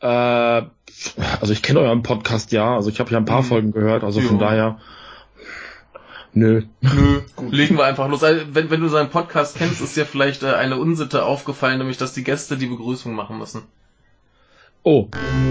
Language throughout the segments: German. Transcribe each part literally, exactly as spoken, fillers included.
Äh, also ich kenne euren Podcast ja, also ich habe ja ein paar mhm. Folgen gehört, also jo. Von daher, nö. Nö, gut. Legen wir einfach los. Wenn, wenn du seinen Podcast kennst, ist dir vielleicht äh, eine Unsitte aufgefallen, nämlich dass die Gäste die Begrüßung machen müssen. Oh.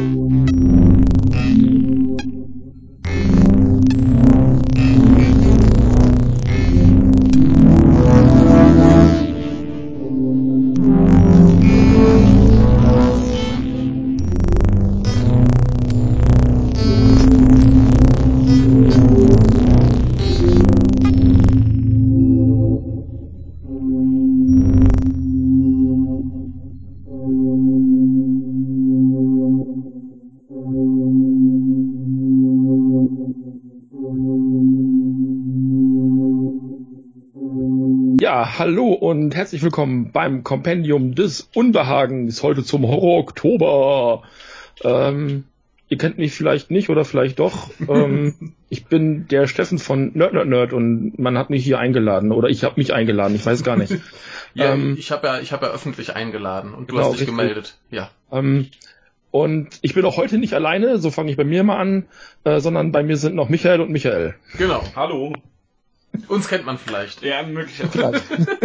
Ja, hallo und herzlich willkommen beim Kompendium des Unbehagens, heute zum Horror-Oktober. Ähm, ihr kennt mich vielleicht nicht oder vielleicht doch. ähm, ich bin der Steffen von Nerd Nerd Nerd und man hat mich hier eingeladen oder ich habe mich eingeladen, ich weiß gar nicht. ja, ähm, ich habe ja, ich habe ja öffentlich eingeladen und du genau, hast dich richtig. gemeldet. Ja. Ähm, und ich bin auch heute nicht alleine, so fange ich bei mir mal an, äh, sondern bei mir sind noch Michael und Michael. Genau. Hallo. Uns kennt man vielleicht. Ja, möglicherweise.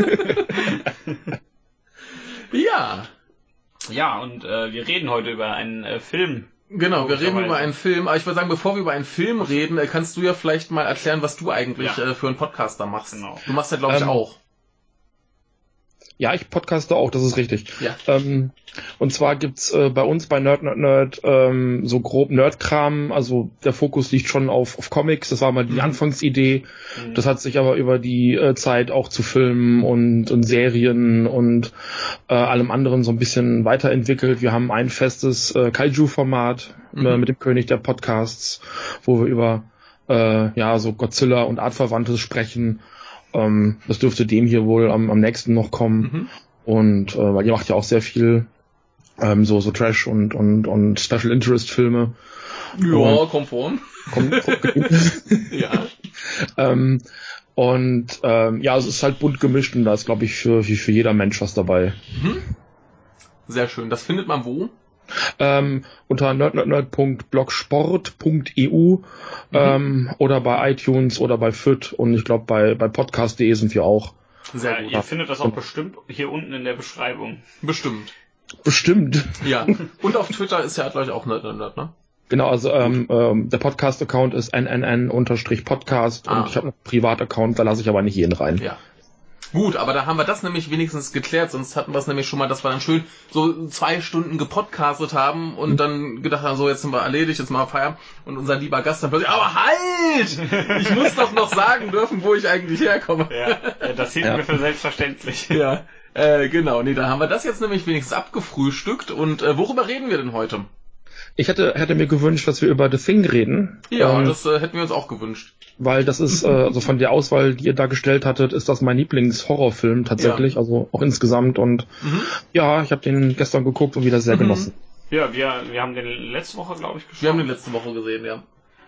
ja. Ja, und äh, wir reden heute über einen äh, Film. Genau, wir reden über einen Film. Aber ich würde sagen, bevor wir über einen Film reden, äh, kannst du ja vielleicht mal erklären, was du eigentlich ja. äh, für einen Podcaster machst. Genau. Du machst ja, glaube ich, ähm, auch. Ja, ich podcaste auch, das ist richtig. Ja. Ähm, und zwar gibt's äh, bei uns bei Nerd Nerd Nerd ähm, so grob Nerdkram, also der Fokus liegt schon auf, auf Comics, das war mal die mhm. Anfangsidee. Mhm. Das hat sich aber über die äh, Zeit auch zu Filmen und, und Serien und äh, allem anderen so ein bisschen weiterentwickelt. Wir haben ein festes äh, Kaiju-Format mhm. äh, mit dem König der Podcasts, wo wir über äh, ja so Godzilla und Artverwandtes sprechen. Um, das dürfte dem hier wohl am, am nächsten noch kommen. Mhm. Und äh, weil ihr macht ja auch sehr viel ähm, so so Trash und und und Special Interest Filme. Ja, konform. Kommt, kommt ja. ähm, und ähm, ja, es ist halt bunt gemischt und da ist, glaube ich, für, für für jeder Mensch was dabei. Mhm. Sehr schön. Das findet man wo? Ähm, unter nerd nerd nerd punkt blogsport punkt e u mhm. ähm, oder bei iTunes oder bei F Y D und ich glaube bei bei podcast punkt de sind wir auch. Sehr gut. Ihr findet das auch bestimmt hier unten in der Beschreibung. Bestimmt. Bestimmt. Ja. Und auf Twitter ist ja, glaube ich, auch Nerd Nerd Nerd, ne? Genau, also ähm, ähm, der Podcast-Account ist n n n Podcast ah. und ich habe einen Privat-Account, da lasse ich aber nicht jeden rein. Ja. Gut, aber da haben wir das nämlich wenigstens geklärt, sonst hatten wir es nämlich schon mal, dass wir dann schön so zwei Stunden gepodcastet haben und mhm. dann gedacht haben, so jetzt sind wir erledigt, jetzt mal Feierabend und unser lieber Gast dann plötzlich, aber halt! Ich muss doch noch sagen dürfen, wo ich eigentlich herkomme. Ja, das hielten ja. wir für selbstverständlich. Ja, äh, genau, nee, da haben wir das jetzt nämlich wenigstens abgefrühstückt und äh, worüber reden wir denn heute? Ich hätte, hätte mir gewünscht, dass wir über The Thing reden. Ja, ähm, das äh, hätten wir uns auch gewünscht. Weil das ist, äh, also von der Auswahl, die ihr da gestellt hattet, ist das mein Lieblings-Horrorfilm tatsächlich, ja. Also auch insgesamt. Und mhm. ja, ich habe den gestern geguckt und wieder sehr mhm. genossen. Ja, wir, wir haben den letzte Woche, glaube ich, geschaut. Wir haben den letzte Woche gesehen, ja.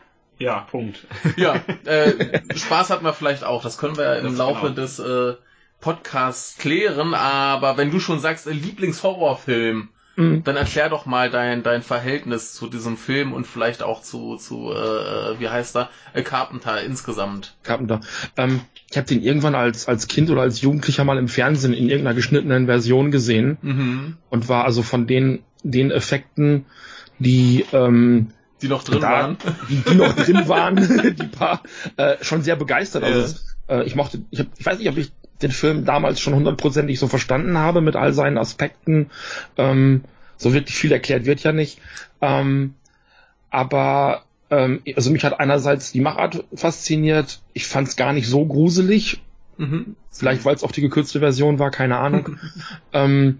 Ja, Punkt. Ja, äh, Spaß hatten wir vielleicht auch. Das können wir ja im Laufe genau. des äh, Podcasts klären. Aber wenn du schon sagst, äh, Lieblings-Horrorfilm, dann erklär doch mal dein dein Verhältnis zu diesem Film und vielleicht auch zu zu äh, wie heißt er äh, Carpenter insgesamt. Carpenter. Ähm, ich habe den irgendwann als als Kind oder als Jugendlicher mal im Fernsehen in irgendeiner geschnittenen Version gesehen mhm. und war also von den den Effekten, die ähm, die noch drin da, waren, die, die noch drin waren, die paar äh, schon sehr begeistert. Also ja. äh, ich mochte, ich, hab, ich weiß nicht, ob ich den Film damals schon hundertprozentig so verstanden habe mit all seinen Aspekten. Ähm, so wirklich viel erklärt wird ja nicht. Ähm, aber ähm, also mich hat einerseits die Machart fasziniert. Ich fand es gar nicht so gruselig. Mhm. Vielleicht, weil es auch die gekürzte Version war, keine Ahnung. ähm,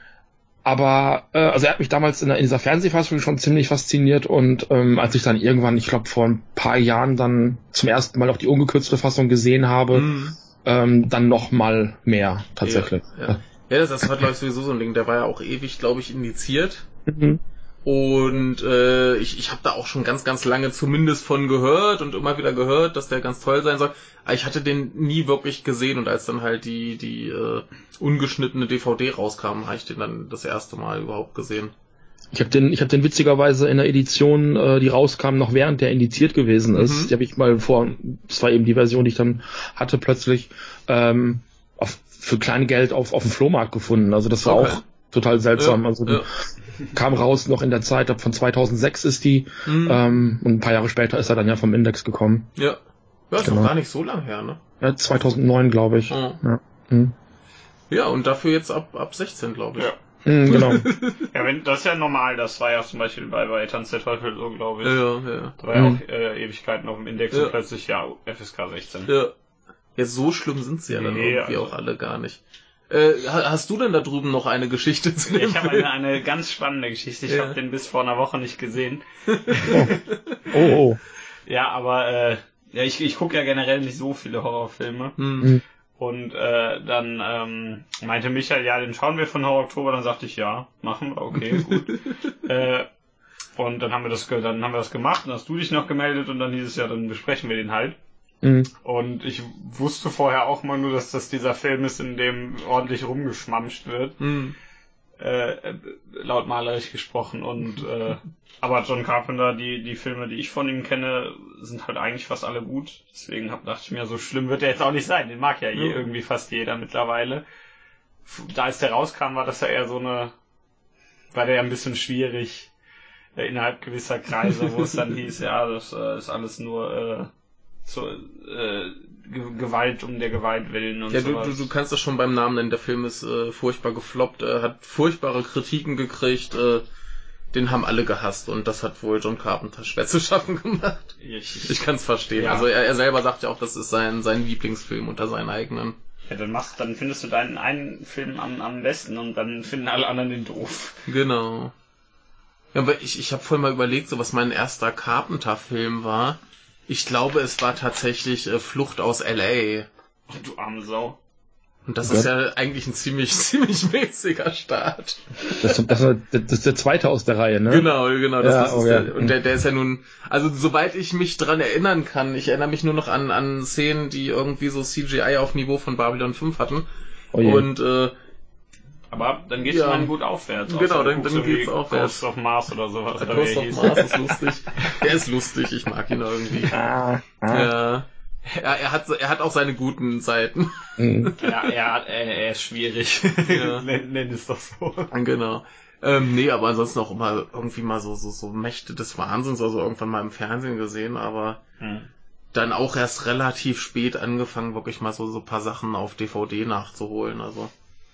aber äh, also er hat mich damals in, der, in dieser Fernsehfassung schon ziemlich fasziniert und ähm, als ich dann irgendwann, ich glaube vor ein paar Jahren dann zum ersten Mal auch die ungekürzte Fassung gesehen habe, mhm. Ähm, dann noch mal mehr, tatsächlich. Ja, ja. ja das, das war, glaube ich, sowieso so ein Ding. Der war ja auch ewig, glaube ich, indiziert. Mhm. Und äh, ich, ich habe da auch schon ganz, ganz lange zumindest von gehört und immer wieder gehört, dass der ganz toll sein soll. Aber ich hatte den nie wirklich gesehen und als dann halt die die äh, ungeschnittene D V D rauskam, habe ich den dann das erste Mal überhaupt gesehen. Ich habe den, ich habe den witzigerweise in der Edition, äh, die rauskam, noch während der indiziert gewesen ist. Mhm. Die habe ich mal vor, das war eben die Version, die ich dann hatte, plötzlich ähm, auf, für klein Geld auf auf dem Flohmarkt gefunden. Also das war okay. auch total seltsam. Ja, also die ja. kam raus noch in der Zeit, ab von zweitausendsechs ist die mhm. ähm, und ein paar Jahre später ist er dann ja vom Index gekommen. Ja, ja ist genau. Doch gar nicht so lang her, ne? Ja, zweitausendneun, glaube ich. Mhm. Ja. Mhm. ja, und dafür jetzt ab ab sechzehn, glaube ich. Ja. Mhm, genau. ja, wenn, das ist ja normal, das war ja zum Beispiel bei, bei Tanz der Teufel so, glaube ich. Ja, ja. Da war ja mhm. auch äh, Ewigkeiten auf dem Index ja. und plötzlich, ja, F S K sechzehn. Ja. Ja, so schlimm sind sie ja dann nee, irgendwie also. auch alle gar nicht. Äh, hast du denn da drüben noch eine Geschichte zu dem Ich habe eine, eine ganz spannende Geschichte. Ich ja. habe den bis vor einer Woche nicht gesehen. oh. oh, oh. Ja, aber äh, ja, ich, ich gucke ja generell nicht so viele Horrorfilme. Mhm. Und äh, dann ähm, meinte Michael, ja, den schauen wir von Horror Oktober. Dann sagte ich, ja, machen wir, okay, gut. äh, und dann haben wir das, dann haben wir das gemacht. Dann hast du dich noch gemeldet und dann hieß es ja, dann besprechen wir den halt. Mhm. Und ich wusste vorher auch mal nur, dass das dieser Film ist, in dem ordentlich rumgeschmamscht wird. Mhm. Äh, lautmalerisch gesprochen. Und äh, aber John Carpenter, die die Filme, die ich von ihm kenne, sind halt eigentlich fast alle gut. Deswegen hab, dachte ich mir, so schlimm wird der jetzt auch nicht sein. Den mag ja je, ja. irgendwie fast jeder mittlerweile. Da als der rauskam, war das ja eher so eine, war der ja ein bisschen schwierig äh, innerhalb gewisser Kreise, wo es dann hieß, ja, das äh, ist alles nur äh, so äh, Ge- Gewalt um der Gewalt willen und ja, sowas. Du, du, du kannst das schon beim Namen nennen. Der Film ist äh, furchtbar gefloppt, äh, hat furchtbare Kritiken gekriegt, äh, den haben alle gehasst und das hat wohl John Carpenter schwer zu schaffen gemacht. Ich, ich kann es verstehen. Ja. Also er, er selber sagt ja auch, das ist sein sein Lieblingsfilm unter seinen eigenen. Ja, dann machst, dann findest du deinen einen Film am, am besten und dann finden alle anderen den doof. Genau. Ja, aber ich, ich habe vorhin mal überlegt, so was mein erster Carpenter-Film war. Ich glaube, es war tatsächlich äh, Flucht aus L A. Oh, du arme Sau. Und das okay. ist ja eigentlich ein ziemlich, ziemlich mäßiger Start. Das, das, das ist der zweite aus der Reihe, ne? Genau, genau. Das, ja, das ist oh, der, ja. Und der, der ist ja nun, also soweit ich mich dran erinnern kann, ich erinnere mich nur noch an, an Szenen, die irgendwie so C G I auf Niveau von Babylon fünf hatten. Oh je. Und, äh, aber dann geht's ja. dann gut aufwärts. Genau, dann, dann, dann geht's aufwärts. Ghost of Mars oder sowas. Der Ghost of Mars ist lustig. Der ist lustig, ich mag ihn irgendwie. Ah, ah. Ja. Er, er hat er hat auch seine guten Seiten. Mhm. Ja, er, hat, er, er ist schwierig. Ja. nenn, nenn es doch so. Genau. Ähm, nee, aber ansonsten auch immer irgendwie mal so, so, so Mächte des Wahnsinns, also irgendwann mal im Fernsehen gesehen, aber hm. dann auch erst relativ spät angefangen, wirklich mal so, so ein paar Sachen auf D V D nachzuholen, also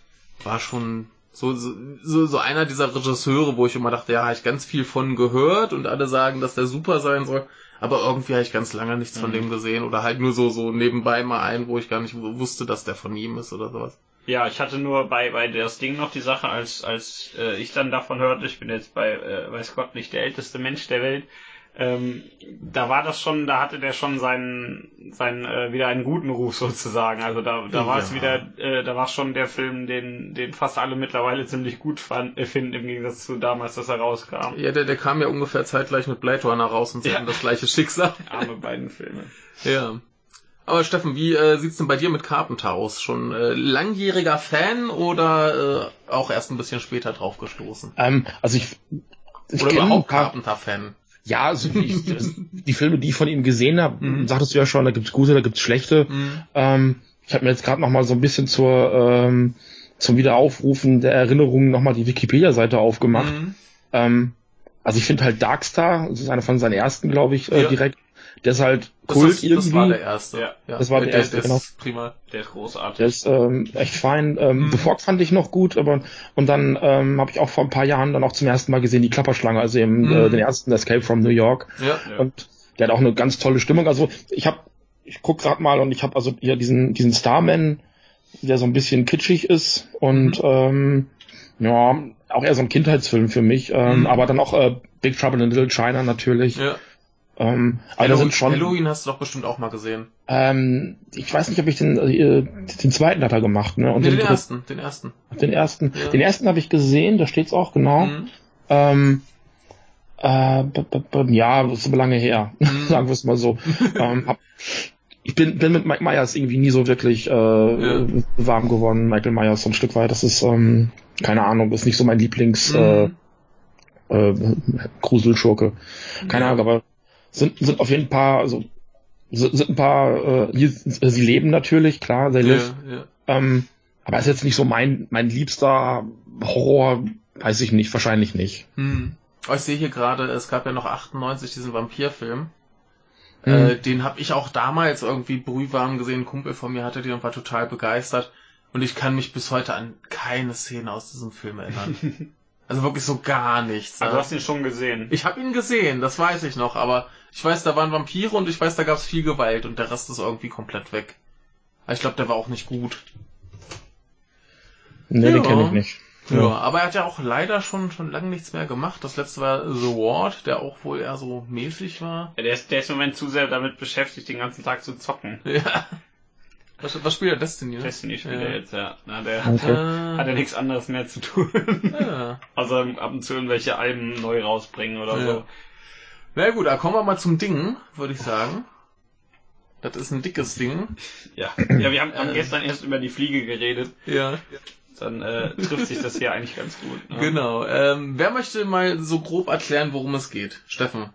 war schon so, so, so einer dieser Regisseure, wo ich immer dachte, ja, habe ich ganz viel von gehört und alle sagen, dass der super sein soll, aber irgendwie habe ich ganz lange nichts mhm. von dem gesehen oder halt nur so, so nebenbei mal einen, wo ich gar nicht wusste, dass der von ihm ist oder sowas. Ja, ich hatte nur bei bei das Ding noch die Sache, als als äh, ich dann davon hörte, ich bin jetzt bei, äh, weiß Gott, nicht der älteste Mensch der Welt, ähm, da war das schon, da hatte der schon seinen, seinen äh, wieder einen guten Ruf sozusagen. Also da, da war es ja. wieder, äh, da war schon der Film, den, den fast alle mittlerweile ziemlich gut fand, äh, finden im Gegensatz zu damals, dass er rauskam. Ja, der, der kam ja ungefähr zeitgleich mit Blade Runner raus und sie ja. hatten das gleiche Schicksal. Arme beiden Filme. Ja. Aber Steffen, wie äh, sieht's denn bei dir mit Carpenter aus? Schon äh, langjähriger Fan oder äh, auch erst ein bisschen später drauf gestoßen? Ähm, also ich, ich oder überhaupt Carpenter-Fan? Ja, also ich, die Filme, die ich von ihm gesehen habe, mhm. sagtest du ja schon, da gibt's gute, da gibt's schlechte. Mhm. Ähm, ich habe mir jetzt gerade noch mal so ein bisschen zur ähm, zum Wiederaufrufen der Erinnerungen noch mal die Wikipedia-Seite aufgemacht. Mhm. Ähm, also ich finde halt Darkstar, das ist einer von seinen ersten, glaube ich, äh, ja. direkt. Der ist halt Kult das, irgendwie. Das war der erste. Ja. Das war der, der erste, der genau. Ist prima. Der ist großartig. Der ist ähm, echt fein. Ähm, Mhm. The Fog fand ich noch gut, aber und dann ähm, habe ich auch vor ein paar Jahren dann auch zum ersten Mal gesehen die Klapperschlange, also eben Mhm. äh, den ersten Escape from New York. Ja. Ja. Und der hat auch eine ganz tolle Stimmung. Also ich habe, ich guck gerade mal und ich habe also hier diesen diesen Starman, der so ein bisschen kitschig ist und Mhm. ähm, ja auch eher so ein Kindheitsfilm für mich. Ähm, Mhm. Aber dann auch äh, Big Trouble in Little China natürlich. Ja. Ähm, aber Halloween, da sind schon, Halloween hast du doch bestimmt auch mal gesehen. Ähm, ich weiß nicht, ob ich den äh, den zweiten hat er gemacht, ne? Und Nee, den, den dritten- ersten, den ersten. Den ersten, Ja. den ersten habe ich gesehen, da steht's auch genau. Mhm. Ähm, äh, b- b- b- ja, das ist aber lange her, Mhm. sagen wir es mal so. ähm, hab, ich bin, bin mit Mike Myers irgendwie nie so wirklich äh, Ja. warm geworden. Michael Myers so ein Stück weit. Das ist, ähm, keine Ahnung, ist nicht so mein Lieblings Mhm. äh, äh, Gruselschurke. Keine Ahnung, aber sind sind auf jeden Fall, also sind ein paar, äh, sie leben natürlich, klar, they live. Ja, ja. Ähm, aber ist jetzt nicht so mein mein liebster Horror, weiß ich nicht, wahrscheinlich nicht. Hm. Oh, ich sehe hier gerade, es gab ja noch achtundneunzig diesen Vampirfilm. Hm. Äh, den habe ich auch damals irgendwie brühwarm gesehen. Ein Kumpel von mir hatte den und war total begeistert. Und ich kann mich bis heute an keine Szene aus diesem Film erinnern. Also wirklich so gar nichts. Also du hast ihn schon gesehen? Ich habe ihn gesehen, das weiß ich noch, aber ich weiß, da waren Vampire und ich weiß, da gab es viel Gewalt und der Rest ist irgendwie komplett weg. Aber ich glaube, der war auch nicht gut. Nee, ja. Den kenne ich nicht. Ja. ja, aber er hat ja auch leider schon schon lange nichts mehr gemacht. Das letzte war The Ward, der auch wohl eher so mäßig war. Ja, der ist, der ist im Moment zu sehr damit beschäftigt, den ganzen Tag zu zocken. Ja. Was, was spielt er? Destiny, ne? Destiny spielt ja. er jetzt, ja. Na, der hat, okay. hat ja nichts anderes mehr zu tun. Ja. Außer ab und zu irgendwelche Alben neu rausbringen oder ja. so. Na gut, da kommen wir mal zum Ding, würde ich sagen. Das ist ein dickes Ding. Ja, ja wir haben, haben äh. gestern erst über die Fliege geredet. Ja. Dann äh, trifft sich das hier eigentlich ganz gut. Ne? Genau. Ähm, wer möchte mal so grob erklären, worum es geht? Steffen.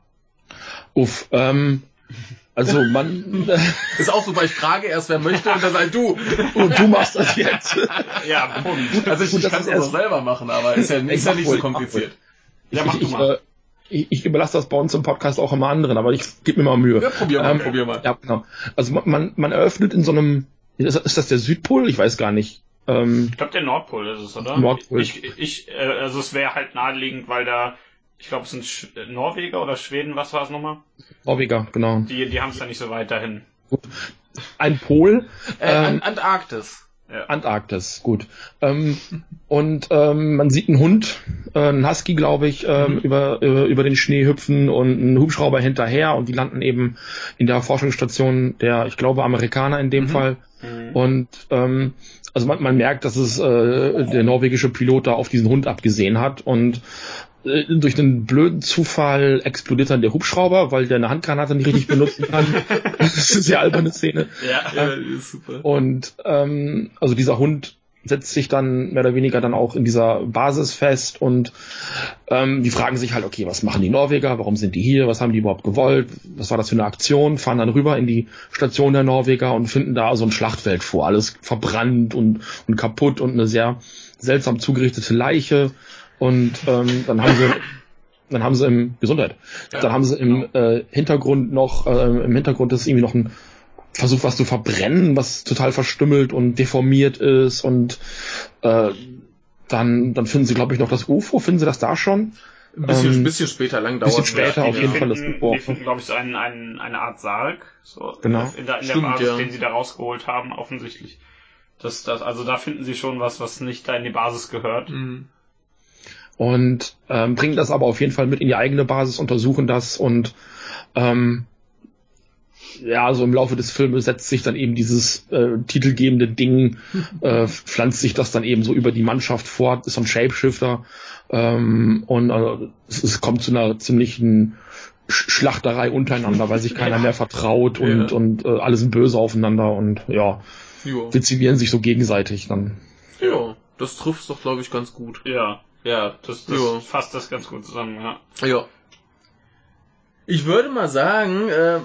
Uff, ähm... Also man ist auch so, weil ich frage erst, wer möchte, und dann sagst du. Und du machst das jetzt. Ja, Punkt. Also ich, ich kann es auch selber machen, aber ist ja, ist ja nicht so kompliziert. Ich, ja, mach ich, du mal. Ich, ich überlasse das bei uns im Podcast auch immer anderen, aber ich gebe mir mal Mühe. Ja, probier mal, ähm, probier mal. Ja, genau. Also man, man eröffnet in so einem, ist das der Südpol? Ich weiß gar nicht. Ähm, ich glaube, der Nordpol ist es, oder? Nordpol. Ich, ich, äh, also es wäre halt naheliegend, weil da ich glaube, es sind Sch- Norweger oder Schweden, was war es nochmal? Norweger, genau. Die, die haben es ja nicht so weit dahin. Gut. Ein Pol. Äh, ähm, Antarktis. Ja. Antarktis, gut. Ähm, und ähm, man sieht einen Hund, äh, einen Husky, glaube ich, ähm, mhm. über, über, über den Schnee hüpfen und einen Hubschrauber hinterher und die landen eben in der Forschungsstation der, ich glaube, Amerikaner in dem mhm. Fall. Mhm. Und ähm, also man, man merkt, dass es äh, der norwegische Pilot da auf diesen Hund abgesehen hat und durch einen blöden Zufall explodiert dann der Hubschrauber, weil der eine Handgranate nicht richtig benutzen kann. Das ist eine sehr alberne Szene. Ja, ja, ist super. Und ähm, also dieser Hund setzt sich dann mehr oder weniger dann auch in dieser Basis fest und ähm, die fragen sich halt, okay, was machen die Norweger, warum sind die hier, was haben die überhaupt gewollt, was war das für eine Aktion, fahren dann rüber in die Station der Norweger und finden da so ein Schlachtfeld vor, alles verbrannt und, und kaputt und eine sehr seltsam zugerichtete Leiche. Und ähm, dann haben sie, dann haben sie im Gesundheit, ja, dann haben sie im äh, Hintergrund noch, äh, im Hintergrund ist irgendwie noch ein Versuch, was zu verbrennen, was total verstümmelt und deformiert ist. Und äh, dann, dann finden sie, glaube ich, noch das U F O. Finden sie das da schon? Ein bisschen, ähm, bisschen später, lang dauert es. Ein bisschen später ja, auf jeden finden, Fall das U F O. Die finden, glaube ich, so einen, einen, eine Art Sarg, so genau. in der, in der Stimmt, Basis, ja. den sie da rausgeholt haben, offensichtlich. Das, das, also da finden sie schon was, was nicht da in die Basis gehört. Mhm. Und ähm, bringen das aber auf jeden Fall mit in die eigene Basis, untersuchen das und ähm, ja, so im Laufe des Filmes setzt sich dann eben dieses äh, titelgebende Ding, äh, pflanzt sich das dann eben so über die Mannschaft fort, ist so ein Shapeshifter ähm, und äh, es, es kommt zu einer ziemlichen Sch- Schlachterei untereinander, weil sich keiner mehr vertraut und, ja. und äh, alle sind böse aufeinander und ja, jo. dezimieren sich so gegenseitig dann. Ja, das trifft's doch, glaube ich, ganz gut. Ja. Ja, das, das ja. fasst das ganz gut zusammen, ja. Ja. Ich würde mal sagen, äh,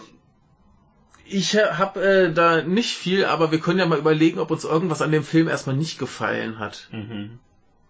ich habe äh, da nicht viel, aber wir können ja mal überlegen, ob uns irgendwas an dem Film erstmal nicht gefallen hat. Mhm.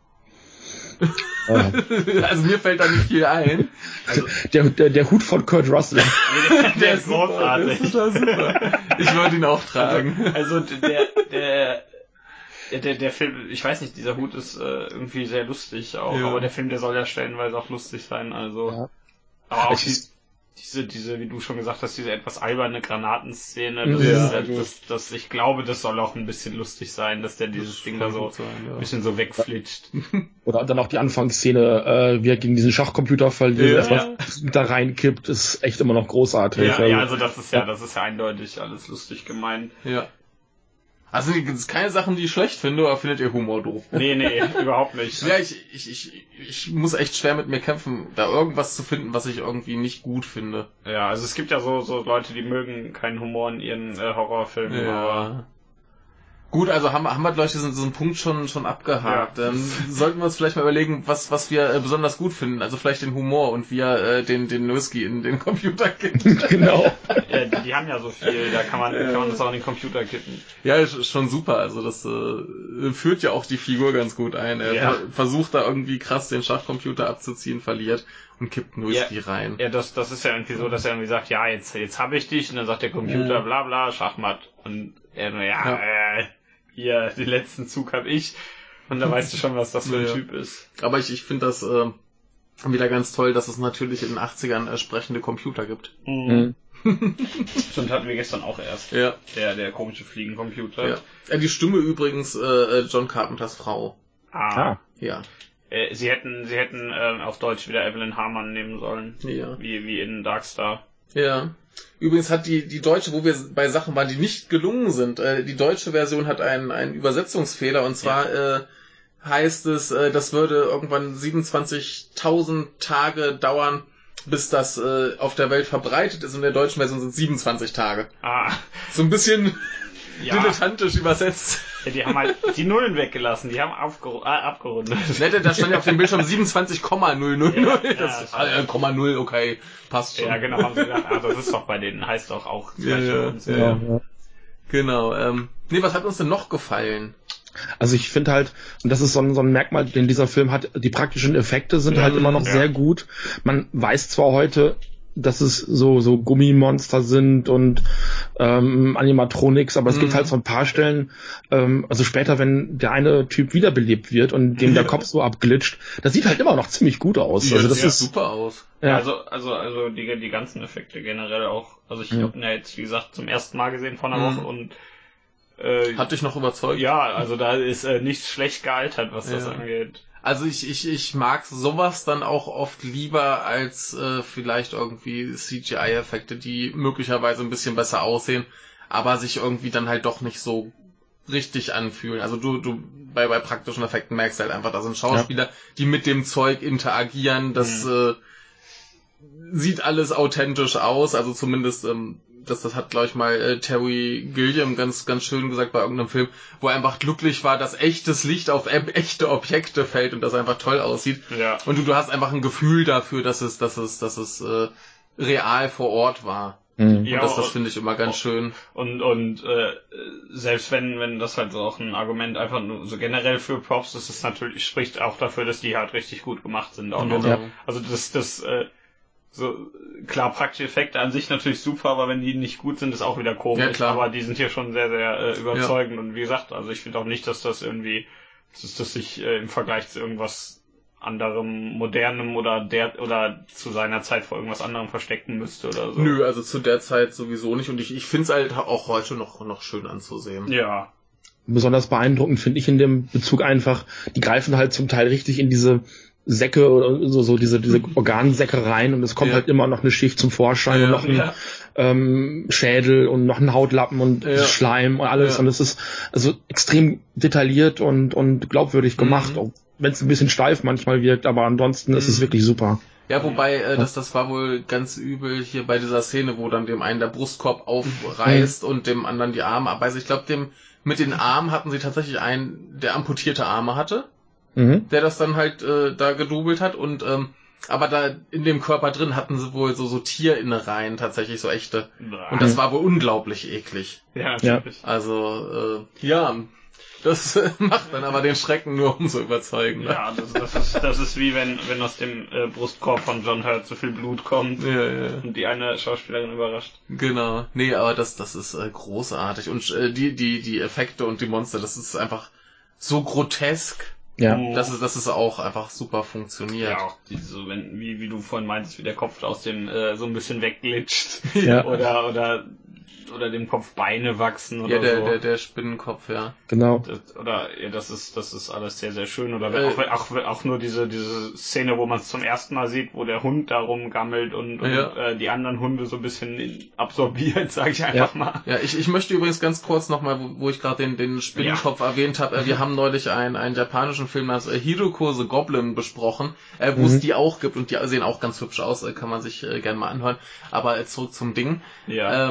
Also mir fällt da nicht viel ein. Also der, der, der Hut von Kurt Russell. der, der ist großartig. Super, super. Ich würde ihn auch tragen. Also, also der, der Der, der, der Film, ich weiß nicht, dieser Hut ist äh, irgendwie sehr lustig auch, ja. aber der Film, der soll ja stellenweise auch lustig sein, also. Ja. Aber auch die, diese, diese, wie du schon gesagt hast, diese etwas alberne Granatenszene, das ja, ist, das, das, das, ich glaube, das soll auch ein bisschen lustig sein, dass der dieses Ding da so sein, ja. ein bisschen so wegflitscht. Oder dann auch die Anfangsszene, äh, wie er gegen diesen Schachcomputer verliert, ja. erstmal da reinkippt, ist echt immer noch großartig. Ja, also, ja, also das ist ja, das ist ja eindeutig alles lustig gemeint. Ja. Also, es sind keine Sachen, die ich schlecht finde, oder findet ihr Humor doof? Nee, nee, überhaupt nicht. Ja, ich, ich, ich, ich muss echt schwer mit mir kämpfen, da irgendwas zu finden, was ich irgendwie nicht gut finde. Ja, also es gibt ja so, so Leute, die mögen keinen Humor in ihren äh, Horrorfilmen, ja. aber... Gut, also haben, haben wir, glaube ich, diesen, diesen Punkt schon, schon abgehakt. Ja. Ähm, sollten wir uns vielleicht mal überlegen, was, was wir äh, besonders gut finden. Also vielleicht den Humor und wie er äh, den, den Whisky in den Computer kippt. Genau. Ja, die, die haben ja so viel, da kann man, kann man das auch in den Computer kippen. Ja, ist schon super. Also das äh, führt ja auch die Figur ganz gut ein. Er ja. versucht da irgendwie krass den Schachcomputer abzuziehen, verliert und kippt einen Whisky ja, rein. Ja, das, das ist ja irgendwie so, dass er irgendwie sagt, ja, jetzt, jetzt habe ich dich. Und dann sagt der Computer, ja. bla bla, Schachmatt. Und er nur, ja, ja. äh, hier, den letzten Zug hab ich. Und da weißt du schon, was das für ein ja. Typ ist. Aber ich, ich finde das äh, wieder ganz toll, dass es natürlich in den achtzigern äh, sprechende Computer gibt. Mhm. Stimmt, hatten wir gestern auch erst. Ja. Der, der komische Fliegencomputer. Ja. ja. Die Stimme übrigens äh, John Carpenters Frau. Ah. ah. Ja. Äh, sie hätten, sie hätten äh, auf Deutsch wieder Evelyn Hamann nehmen sollen. Ja. Wie, wie in Darkstar. Ja. Übrigens hat die, die deutsche, wo wir bei Sachen waren, die nicht gelungen sind, äh, die deutsche Version hat einen, einen Übersetzungsfehler, und zwar ja. äh, heißt es, äh, das würde irgendwann siebenundzwanzigtausend Tage dauern, bis das äh, auf der Welt verbreitet ist. In der deutschen Version sind siebenundzwanzig Tage. Ah. So ein bisschen ja. dilettantisch übersetzt. Ja, die haben halt die Nullen weggelassen, die haben aufgeru- äh, abgerundet. Nette, da stand ja auf dem Bildschirm siebenundzwanzig Komma null null null. Ja, das ja, ist, äh, Komma null, okay, passt schon. Ja, genau, haben sie gesagt, ah, das ist doch bei denen, heißt doch auch. Ja, ja, und so. ja, ja. Genau, ähm, nee, was hat uns denn noch gefallen? Also ich finde halt, und das ist so ein, so ein Merkmal, den dieser Film hat, die praktischen Effekte sind ja, halt immer noch ja. sehr gut. Man weiß zwar heute, dass es so so Gummimonster sind und ähm, Animatronics, aber es mhm. gibt halt so ein paar Stellen, ähm, also später, wenn der eine Typ wiederbelebt wird und dem der Kopf so abglitscht, das sieht halt immer noch ziemlich gut aus. Ja, also das sieht ist super aus. Ja. Also also also die die ganzen Effekte generell auch. Also ich ja. habe ihn ja jetzt wie gesagt zum ersten Mal gesehen vor einer mhm. Woche und äh, hat dich noch überzeugt? Ja, also da ist äh, nichts schlecht gealtert, was ja. das angeht. Also ich, ich, ich mag sowas dann auch oft lieber als äh, vielleicht irgendwie C G I-Effekte, die möglicherweise ein bisschen besser aussehen, aber sich irgendwie dann halt doch nicht so richtig anfühlen. Also du, du bei, bei praktischen Effekten merkst halt einfach, da sind Schauspieler, ja. die mit dem Zeug interagieren, das mhm. äh, sieht alles authentisch aus, also zumindest ähm, das, das hat, glaube ich, mal äh, Terry Gilliam ganz ganz schön gesagt bei irgendeinem Film, wo er einfach glücklich war, dass echtes Licht auf äh, echte Objekte fällt und das einfach toll aussieht. Ja. Und du, du hast einfach ein Gefühl dafür, dass es, dass es, dass es äh, real vor Ort war. Mhm. Ja, und das, das finde ich immer ganz schön. Und und äh, selbst wenn wenn das halt so auch ein Argument einfach nur so generell für Props ist, es natürlich spricht auch dafür, dass die halt richtig gut gemacht sind. Auch noch. Ja. Also das das äh, so klar, praktische Effekte an sich natürlich super, aber wenn die nicht gut sind, ist auch wieder komisch. Ja, klar. Aber die sind hier schon sehr, sehr äh, überzeugend. Ja. Und wie gesagt, also ich finde auch nicht, dass das irgendwie, dass das sich äh, im Vergleich zu irgendwas anderem, modernem oder der oder zu seiner Zeit vor irgendwas anderem verstecken müsste oder so. Nö, also zu der Zeit sowieso nicht. Und ich, ich finde es halt auch heute noch noch schön anzusehen. Ja. Besonders beeindruckend finde ich in dem Bezug einfach, die greifen halt zum Teil richtig in diese Säcke oder so, so diese, diese Organsäcke rein und es kommt ja. halt immer noch eine Schicht zum Vorschein ja, und noch ein ja. ähm, Schädel und noch ein Hautlappen und ja. Schleim und alles ja. und es ist also extrem detailliert und, und glaubwürdig gemacht, mhm. auch wenn es ein bisschen steif manchmal wirkt, aber ansonsten mhm. ist es wirklich super. Ja, wobei, äh, das, das war wohl ganz übel hier bei dieser Szene, wo dann dem einen der Brustkorb aufreißt mhm. und dem anderen die Arme abreißt. Ich glaube, dem mit den Armen hatten sie tatsächlich einen, der amputierte Arme hatte. Mhm. Der das dann halt äh, da gedoubelt hat und ähm, aber da in dem Körper drin hatten sie wohl so so Tierinnereien, tatsächlich so echte. Und das war wohl unglaublich eklig. Ja, natürlich. Also äh, ja, das macht dann aber den Schrecken nur umso überzeugender. Ja, das, das ist das ist wie wenn wenn aus dem äh, Brustkorb von John Hurt so viel Blut kommt ja, ja. und die eine Schauspielerin überrascht. Genau. Nee, aber das das ist äh, großartig und äh, die die die Effekte und die Monster, das ist einfach so grotesk. Ja. Das ist, das ist auch einfach super funktioniert. Ja, auch diese, so, wenn, wie, wie du vorhin meintest, wie der Kopf aus dem, äh, so ein bisschen wegglitscht. Ja. Oder, oder, oder dem Kopf Beine wachsen oder ja, der, so. der, der Spinnenkopf, ja. Genau. Das, oder, ja, das ist, das ist alles sehr, sehr schön. Oder äh, auch, auch, auch nur diese, diese Szene, wo man es zum ersten Mal sieht, wo der Hund da rumgammelt und, und ja. äh, die anderen Hunde so ein bisschen absorbiert, sag ich einfach ja. mal. Ja, ich, ich möchte übrigens ganz kurz nochmal, wo, wo ich gerade den, den Spinnenkopf ja. erwähnt habe, äh, wir haben neulich einen, einen japanischen Film namens äh, Hiroko the Goblin besprochen, äh, wo mhm. es die auch gibt und die sehen auch ganz hübsch aus, äh, kann man sich äh, gerne mal anhören. Aber äh, zurück zum Ding. Ja. Ähm,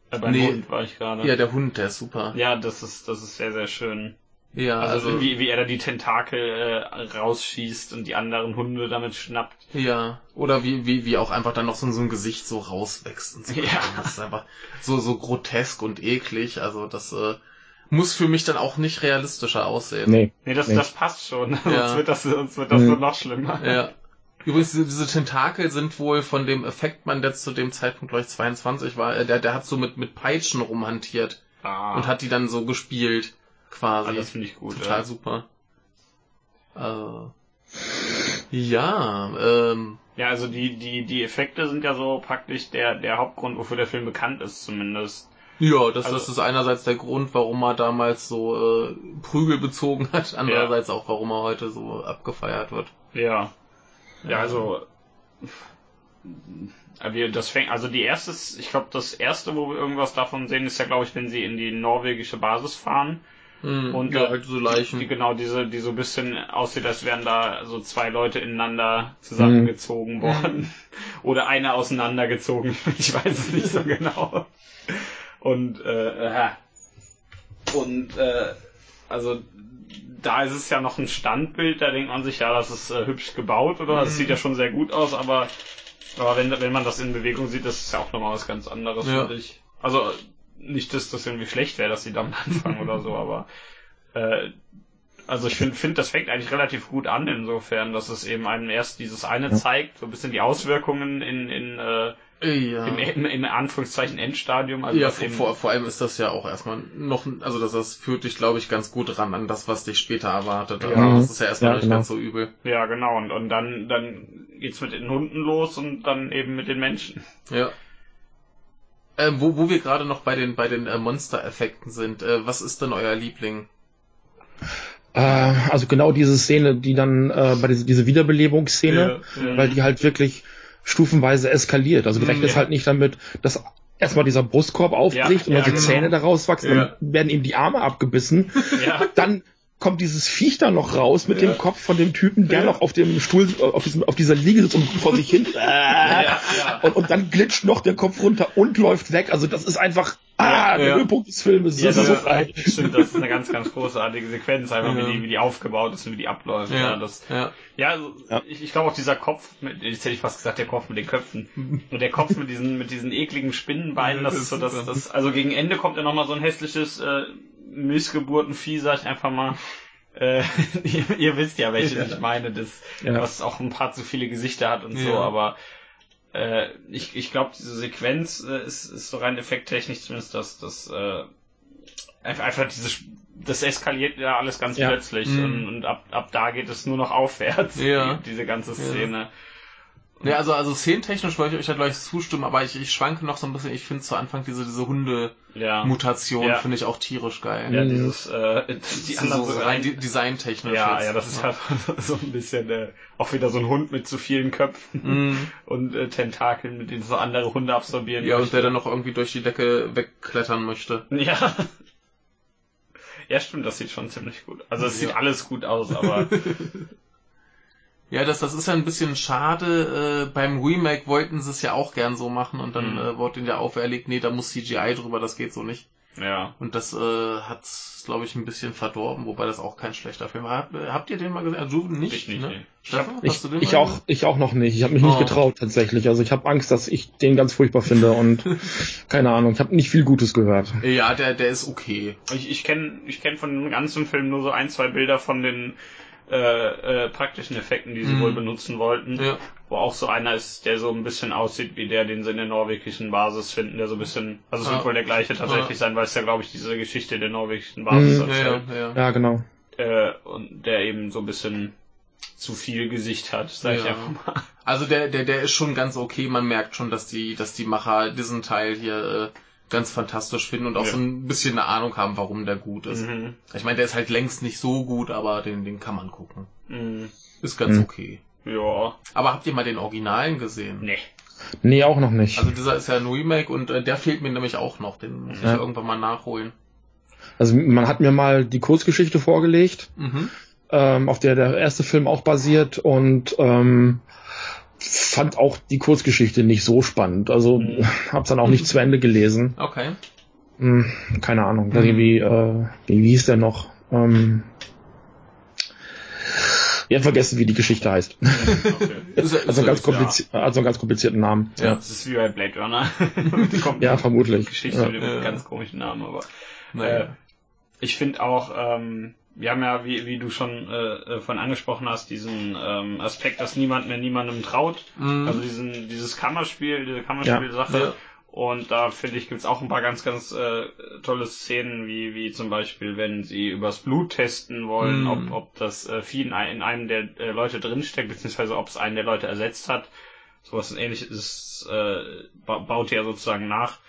Äh, beim nee. Hund war ich gerade. Ja, der Hund, der ist super. Ja, das ist, das ist sehr, sehr schön. Ja, also, also wie, wie er da die Tentakel äh, rausschießt und die anderen Hunde damit schnappt. Ja, oder wie, wie, wie auch einfach dann noch so, so ein Gesicht so rauswächst und so. Ja. Das ist einfach so, so grotesk und eklig. Also das äh, muss für mich dann auch nicht realistischer aussehen. Nee, nee, das, nee. das passt schon. Ja. sonst wird das, sonst wird das mhm. nur noch schlimmer. Ja. Übrigens, diese, diese Tentakel sind wohl von dem Effektmann, der zu dem Zeitpunkt, glaube ich, zweiundzwanzig war, äh, der, der hat so mit, mit Peitschen rumhantiert ah. und hat die dann so gespielt. Quasi. Ah, das finde ich gut. Total ja. super. Äh, ja, ähm. Ja, also die, die, die Effekte sind ja so praktisch der, der Hauptgrund, wofür der Film bekannt ist, zumindest. Ja, das, also, das ist einerseits der Grund, warum er damals so äh, Prügel bezogen hat, andererseits ja. auch, warum er heute so abgefeiert wird. Ja. Ja, also wir, das fängt, also die erste, ich glaube, das erste, wo wir irgendwas davon sehen, ist ja, glaube ich, wenn sie in die norwegische Basis fahren. Hm, und ja, äh, halt so Leichen. Die, genau, diese, die so ein bisschen aussieht, als wären da so zwei Leute ineinander zusammengezogen mhm. worden. Oder einer auseinandergezogen. Ich weiß es nicht so genau. Und, äh, äh, und, äh, also, da ist es ja noch ein Standbild, da denkt man sich, ja, das ist äh, hübsch gebaut, oder? Das mhm. sieht ja schon sehr gut aus, aber, aber wenn, wenn man das in Bewegung sieht, das ist ja auch nochmal was ganz anderes, ja. finde ich. Also, nicht, dass das irgendwie schlecht wäre, dass sie damit anfangen oder so, aber äh, also ich finde, find, das fängt eigentlich relativ gut an, insofern, dass es eben einem erst dieses eine ja. zeigt, so ein bisschen die Auswirkungen in, in äh, ja. im, im, im Anführungszeichen Endstadium. Also ja, vor, vor, vor allem ist das ja auch erstmal noch, also das, das führt dich, glaube ich, ganz gut ran an das, was dich später erwartet. Also ja. das ist ja erstmal ja, nicht genau. ganz so übel. Ja, genau, und, und dann, dann geht's mit den Hunden los und dann eben mit den Menschen. Ja. Äh, wo, wo wir gerade noch bei den bei den äh, Monster-Effekten sind, äh, was ist denn euer Liebling? Äh, also genau diese Szene, die dann äh, bei diese, diese Wiederbelebungsszene, ja, ja. weil die halt wirklich stufenweise eskaliert. Also du rechnest ja. halt nicht damit, dass erstmal dieser Brustkorb aufbricht ja, und dann ja, die genau. Zähne daraus wachsen, ja. dann werden ihm die Arme abgebissen, ja. dann kommt dieses Viech da noch raus mit ja. dem Kopf von dem Typen, der ja. noch auf dem Stuhl, auf, diesem, auf dieser Liege sitzt und vor sich hin. Ja, ja. Und, und dann glitscht noch der Kopf runter und läuft weg. Also das ist einfach ah, ja, der ja. Höhepunkt des Filmes. Ja, das, das, ist so stimmt, das ist eine ganz, ganz großartige Sequenz, einfach ja. wie, die, wie die aufgebaut ist und wie die abläuft. Ja, ja, das, ja. ja, also ja. ich, ich glaube auch dieser Kopf, mit, jetzt hätte ich fast gesagt, der Kopf mit den Köpfen. Und der Kopf mit diesen, mit diesen ekligen Spinnenbeinen, das, das ist so, das, das, also gegen Ende kommt ja nochmal so ein hässliches äh, Missgeburtenvieh, sag ich einfach mal. Äh, ihr, ihr wisst ja, welche ja. ich meine, das, ja. was auch ein paar zu viele Gesichter hat und ja. so, aber äh, ich, ich glaube, diese Sequenz äh, ist, ist so rein effekttechnisch zumindest, dass das äh, einfach diese, das eskaliert ja alles ganz ja. plötzlich mhm. und, und ab, ab da geht es nur noch aufwärts, ja. die, diese ganze Szene. Ja. Ja, also, also szenentechnisch wollte ich euch ja gleich zustimmen, aber ich, ich schwanke noch so ein bisschen, ich finde zu Anfang diese, diese Hunde-Mutation ja. ja. finde ich auch tierisch geil. Ja, dieses, äh, die so, anderen so rein designtechnisch. Ja, jetzt. ja, das ist ja so ein bisschen, äh, auch wieder so ein Hund mit zu vielen Köpfen mm. und äh, Tentakeln, mit denen so andere Hunde absorbieren. Ja, möchte. Und der dann noch irgendwie durch die Decke wegklettern möchte. Ja. Ja, stimmt, das sieht schon ziemlich gut. Also es ja. sieht alles gut aus, aber ja, das, das ist ja ein bisschen schade. Äh, beim Remake wollten sie es ja auch gern so machen und dann mhm. äh, wurde ihnen ja auferlegt, nee, da muss C G I drüber, das geht so nicht. Ja. Und das äh, hat's, glaube ich, ein bisschen verdorben, wobei das auch kein schlechter Film war. Habt, habt ihr den mal gesehen? Also, du nicht, ich nicht, ne? Nee. Stefan, ich, hast du den ich mal auch, gesehen? ich auch noch nicht. Ich habe mich oh. nicht getraut tatsächlich. Also ich habe Angst, dass ich den ganz furchtbar finde und keine Ahnung. Ich habe nicht viel Gutes gehört. Ja, der, der ist okay. Ich, ich kenne, ich kenne von den ganzen Filmen nur so ein, zwei Bilder von den Äh, äh, praktischen Effekten, die sie mm. wohl benutzen wollten, ja. wo auch so einer ist, der so ein bisschen aussieht wie der, den sie in der norwegischen Basis finden, der so ein bisschen, also es ja. wird wohl der gleiche tatsächlich ja. sein, weil es ja, glaube ich, diese Geschichte der norwegischen Basis mm. erzählt. Ja, ja. ja, genau. Äh, und der eben so ein bisschen zu viel Gesicht hat, sag ja. ich einfach mal. Also der, der, der ist schon ganz okay, man merkt schon, dass die, dass die Macher diesen Teil hier äh, ganz fantastisch finden und auch ja. so ein bisschen eine Ahnung haben, warum der gut ist. Mhm. Ich meine, der ist halt längst nicht so gut, aber den, den kann man gucken. Mhm. Ist ganz mhm. okay. Ja. Aber habt ihr mal den Originalen gesehen? Nee. Nee, auch noch nicht. Also dieser ist ja ein Remake und äh, der fehlt mir nämlich auch noch. Den muss ja. ich irgendwann mal nachholen. Also man hat mir mal die Kurzgeschichte vorgelegt, mhm. ähm, auf der der erste Film auch basiert und ähm, fand auch die Kurzgeschichte nicht so spannend. Also mhm. hab's dann auch nicht zu Ende gelesen. Okay. Hm, keine Ahnung. Mhm. Irgendwie, äh, wie hieß der noch? Ähm, ich hab vergessen, wie die Geschichte heißt. Okay. Also, ganz kompliziert, ja. also einen ganz komplizierten Namen. Ja, ja. Das ist wie bei Blade Runner. Ja, vermutlich. Geschichte ja. mit einem ganz komischen Namen, aber naja. äh, ich finde auch, ähm, wir haben ja, wie, wie du schon äh, von angesprochen hast, diesen ähm, Aspekt, dass niemand mehr niemandem traut. Mhm. Also diesen, dieses Kammerspiel, diese Kammerspielsache. Ja. Und da finde ich, gibt's auch ein paar ganz, ganz äh, tolle Szenen, wie wie zum Beispiel, wenn sie übers Blut testen wollen, mm. ob ob das äh, Vieh in, in einem der äh, Leute drinsteckt, beziehungsweise ob es einen der Leute ersetzt hat. Sowas Ähnliches äh, ba- baut ja sozusagen nach,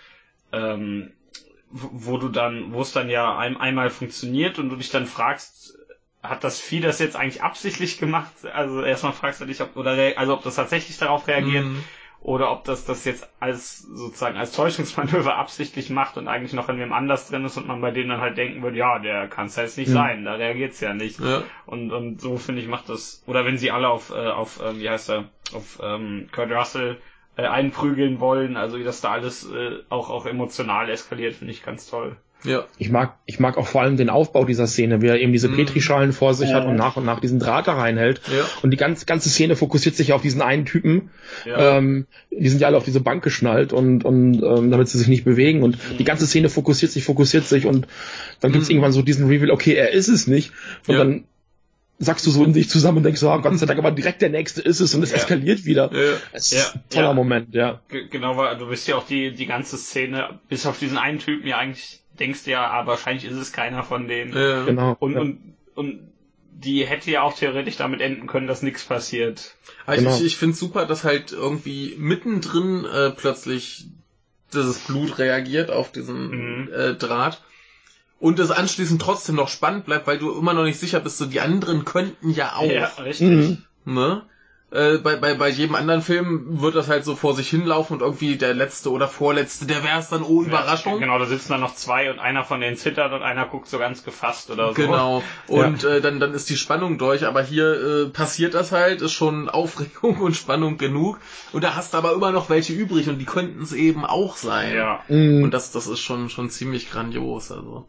ähm, wo, wo du dann, wo es dann ja ein, einmal funktioniert und du dich dann fragst, hat das Vieh das jetzt eigentlich absichtlich gemacht? Also erstmal fragst du dich, ob oder re- also ob das tatsächlich darauf reagiert. Mm. Oder ob das das jetzt als sozusagen als Täuschungsmanöver absichtlich macht und eigentlich noch in wem anders drin ist und man bei denen dann halt denken würde, ja, der kann es jetzt nicht mhm. sein, da reagiert's ja nicht. Ja. Und und so finde ich macht das, oder wenn sie alle auf äh, auf äh, wie heißt er, auf ähm, Kurt Russell äh, einprügeln wollen, also wie das da alles äh, auch auch emotional eskaliert, finde ich ganz toll. Ja. Ich mag, ich mag auch vor allem den Aufbau dieser Szene, wie er eben diese mm. Petrischalen vor sich ja. hat und nach und nach diesen Draht da reinhält. Ja. Und die ganze, ganze Szene fokussiert sich auf diesen einen Typen. Ja. Ähm, die sind ja alle auf diese Bank geschnallt und, und ähm, damit sie sich nicht bewegen. Und mm. die ganze Szene fokussiert sich, fokussiert sich und dann gibt's mm. irgendwann so diesen Reveal, okay, er ist es nicht. Und ja. dann sagst du so in dich zusammen und denkst so, oh, Gott sei Dank, aber direkt der Nächste ist es und es ja. eskaliert wieder. Ja. Es ist ein toller ja. Moment, ja. G- genau, weil du bist ja auch die, die ganze Szene, bis auf diesen einen Typen ja eigentlich denkst du ja, aber wahrscheinlich ist es keiner von denen. Ja, genau. Und, ja. und, und die hätte ja auch theoretisch damit enden können, dass nichts passiert. Also genau. Ich, ich finde es super, dass halt irgendwie mittendrin äh, plötzlich dieses Blut reagiert auf diesen mhm. äh, Draht. Und es anschließend trotzdem noch spannend bleibt, weil du immer noch nicht sicher bist, so die anderen könnten ja auch. Ja, richtig. Mhm. Ne? Äh, bei, bei, bei jedem anderen Film wird das halt so vor sich hinlaufen und irgendwie der letzte oder vorletzte, der wäre es dann, oh, Überraschung. Ja, genau, da sitzen dann noch zwei und einer von denen zittert und einer guckt so ganz gefasst oder so. Genau, und ja. äh, dann, dann ist die Spannung durch, aber hier äh, passiert das halt, ist schon Aufregung und Spannung genug und da hast du aber immer noch welche übrig und die könnten es eben auch sein. Ja. Mhm. Und das, das ist schon, schon ziemlich grandios, also.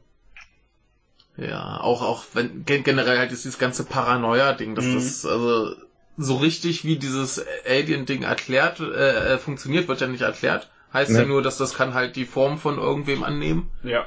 Ja, auch, auch wenn generell halt ist dieses ganze Paranoia-Ding, dass mhm. das, also so richtig wie dieses Alien-Ding erklärt, äh, funktioniert, wird ja nicht erklärt. Heißt nee. ja nur, dass das kann halt die Form von irgendwem annehmen. Ja.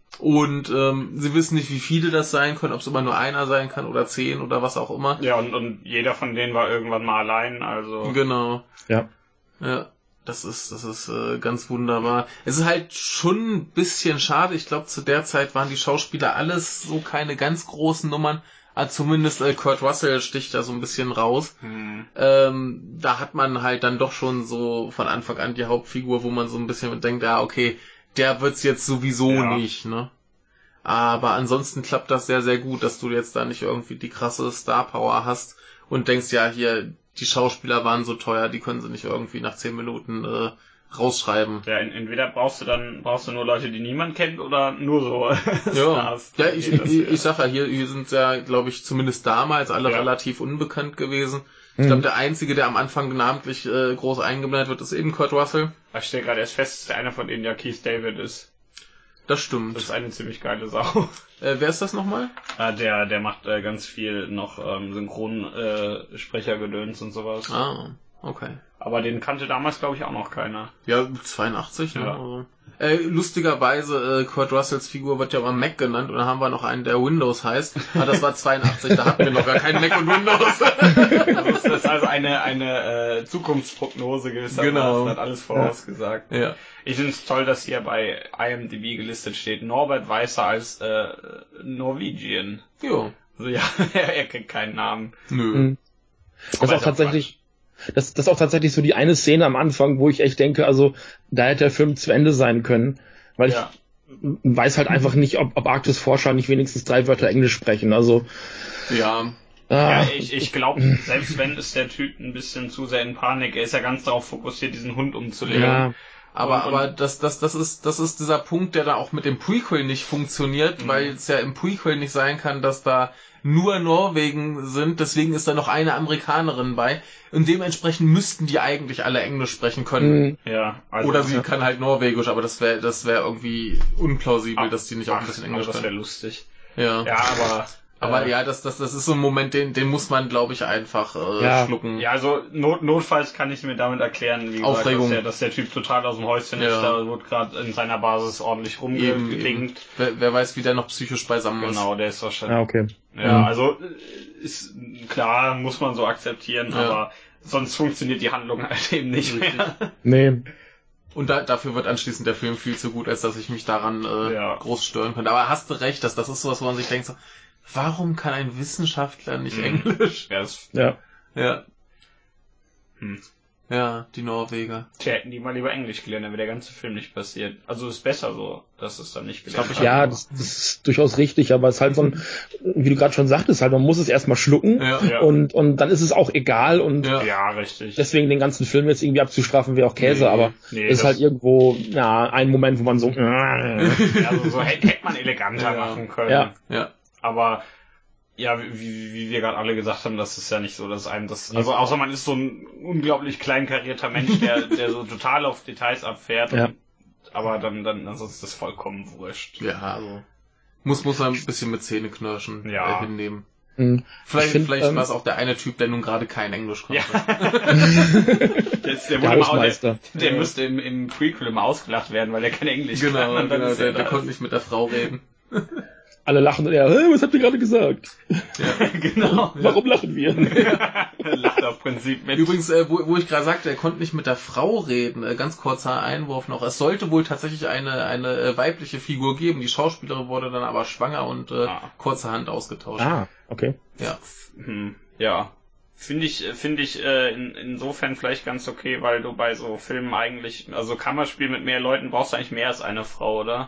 Und ähm, sie wissen nicht, wie viele das sein können, ob es immer nur einer sein kann oder zehn oder was auch immer. Ja, und, und jeder von denen war irgendwann mal allein, also. Genau. Ja. Ja. Das ist, das ist äh, ganz wunderbar. Es ist halt schon ein bisschen schade. Ich glaube, zu der Zeit waren die Schauspieler alles so keine ganz großen Nummern. Also zumindest äh, Kurt Russell sticht da so ein bisschen raus. Hm. Ähm, da hat man halt dann doch schon so von Anfang an die Hauptfigur, wo man so ein bisschen denkt, ja, okay, der wird's jetzt sowieso ja. nicht, ne? Aber ansonsten klappt das sehr, sehr gut, dass du jetzt da nicht irgendwie die krasse Star-Power hast und denkst, ja, hier, die Schauspieler waren so teuer, die können sie nicht irgendwie nach zehn Minuten äh, rausschreiben. Ja, entweder brauchst du dann brauchst du nur Leute, die niemand kennt, oder nur so Stars. Ja, ja ich, ich, ich, ich sag ja, hier, hier sind ja, glaube ich, zumindest damals alle ja. relativ unbekannt gewesen. Ich mhm. glaube, der Einzige, der am Anfang namentlich äh, groß eingeblendet wird, ist eben Kurt Russell. Ich stelle gerade erst fest, dass der einer von denen ja Keith David ist. Das stimmt. Das ist eine ziemlich geile Sau. Äh, wer ist das nochmal? Äh, der, der macht äh, ganz viel noch ähm, Synchronsprechergedöns äh, und sowas. Ah, okay. Aber den kannte damals, glaube ich, auch noch keiner. Ja, zweiundachtzig, ne? Ja. Also. Äh, lustigerweise, äh, Kurt Russells Figur wird ja mal Mac genannt und dann haben wir noch einen, der Windows heißt. Ah, das war zweiundachtzig, da hatten wir noch gar keinen Mac und Windows. Das ist also eine eine äh, Zukunftsprognose gewissermaßen, genau. hat alles vorausgesagt. Ja. Ja. Ich finde es toll, dass hier bei I M D B gelistet steht, Norbert Weißer als äh, Norwegian. Jo. Also ja, er kennt keinen Namen. Nö. Mhm. Das ist auch tatsächlich... Das, das ist auch tatsächlich so die eine Szene am Anfang, wo ich echt denke, also da hätte der Film zu Ende sein können, weil ja. ich weiß halt einfach nicht, ob, ob Arktis-Forscher nicht wenigstens drei Wörter Englisch sprechen, also ja. Ah. Ja, ich, ich glaube, selbst wenn ist der Typ ein bisschen zu sehr in Panik, er ist ja ganz darauf fokussiert, diesen Hund umzulegen. Ja. Aber, und, aber das, das, das ist, das ist dieser Punkt, der da auch mit dem Prequel nicht funktioniert, mhm. weil es ja im Prequel nicht sein kann, dass da nur Norwegen sind, deswegen ist da noch eine Amerikanerin bei und dementsprechend müssten die eigentlich alle Englisch sprechen können. Mhm. Ja. Also oder sie ja. kann halt Norwegisch, aber das wäre, das wäre irgendwie unplausibel, ach, dass die nicht auch ein bisschen Englisch können. Das wäre lustig. Ja. Ja, aber Aber äh, ja, das, das, das ist so ein Moment, den, den muss man, glaube ich, einfach äh, ja. schlucken. Ja, also not, notfalls kann ich mir damit erklären, wie gesagt, dass der, dass der Typ total aus dem Häuschen ja. ist, da wird gerade in seiner Basis ordentlich rumgeklingt. Wer, wer weiß, wie der noch psychisch beisammen ist. Genau, der ist wahrscheinlich. Ja, okay. Ja, mhm. also ist klar, muss man so akzeptieren, ja. aber sonst funktioniert die Handlung halt eben nicht mehr. Nee. Und da, dafür wird anschließend der Film viel zu gut, als dass ich mich daran äh, ja. groß stören könnte. Aber hast du recht, dass das ist sowas, wo man sich denkt so, warum kann ein Wissenschaftler nicht hm. Englisch? Ja. Das, ja. Ja. Hm. Ja, die Norweger. Tja, hätten die mal lieber Englisch gelernt, dann wäre der ganze Film nicht passiert. Also ist besser so, dass es dann nicht gelernt wird. Ja, das, das ist durchaus richtig, aber es ist halt so ein, wie du gerade schon sagtest, halt, man muss es erstmal schlucken ja. Ja. und und dann ist es auch egal und ja, ja richtig. Deswegen den ganzen Film jetzt irgendwie abzustrafen wäre auch Käse, nee, aber nee, ist halt irgendwo ja ein Moment, wo man so ja, also so hätte, hätte man eleganter ja. machen können. Ja. Ja. Aber ja, wie, wie wir gerade alle gesagt haben, das ist ja nicht so, dass einem das, also außer man ist so ein unglaublich kleinkarierter Mensch, der, der so total auf Details abfährt, ja. und, aber dann, dann, dann ist das vollkommen wurscht. Ja, also muss, muss man ein bisschen mit Zähneknirschen ja. äh, hinnehmen. Mhm. Vielleicht, find, vielleicht ähm, war es auch der eine Typ, der nun gerade kein Englisch konnte. Ja. das, der, der Hausmeister. Der, der ja. müsste im, im Prequel immer ausgelacht werden, weil der kein Englisch genau, kann. Genau, der, der konnte nicht mit der Frau reden. Alle lachen und er, hey, was habt ihr gerade gesagt? Ja, genau. Warum lachen wir? Lacht auf Prinzip mit. Übrigens, äh, wo, wo ich gerade sagte, er konnte nicht mit der Frau reden, äh, ganz kurzer Einwurf noch. Es sollte wohl tatsächlich eine eine äh, weibliche Figur geben. Die Schauspielerin wurde dann aber schwanger und äh, ah. kurzerhand ausgetauscht. Ah, okay. Ja. Hm, ja. Finde ich, finde ich äh, in, insofern vielleicht ganz okay, weil du bei so Filmen eigentlich, also Kammerspiel mit mehr Leuten brauchst du eigentlich mehr als eine Frau, oder?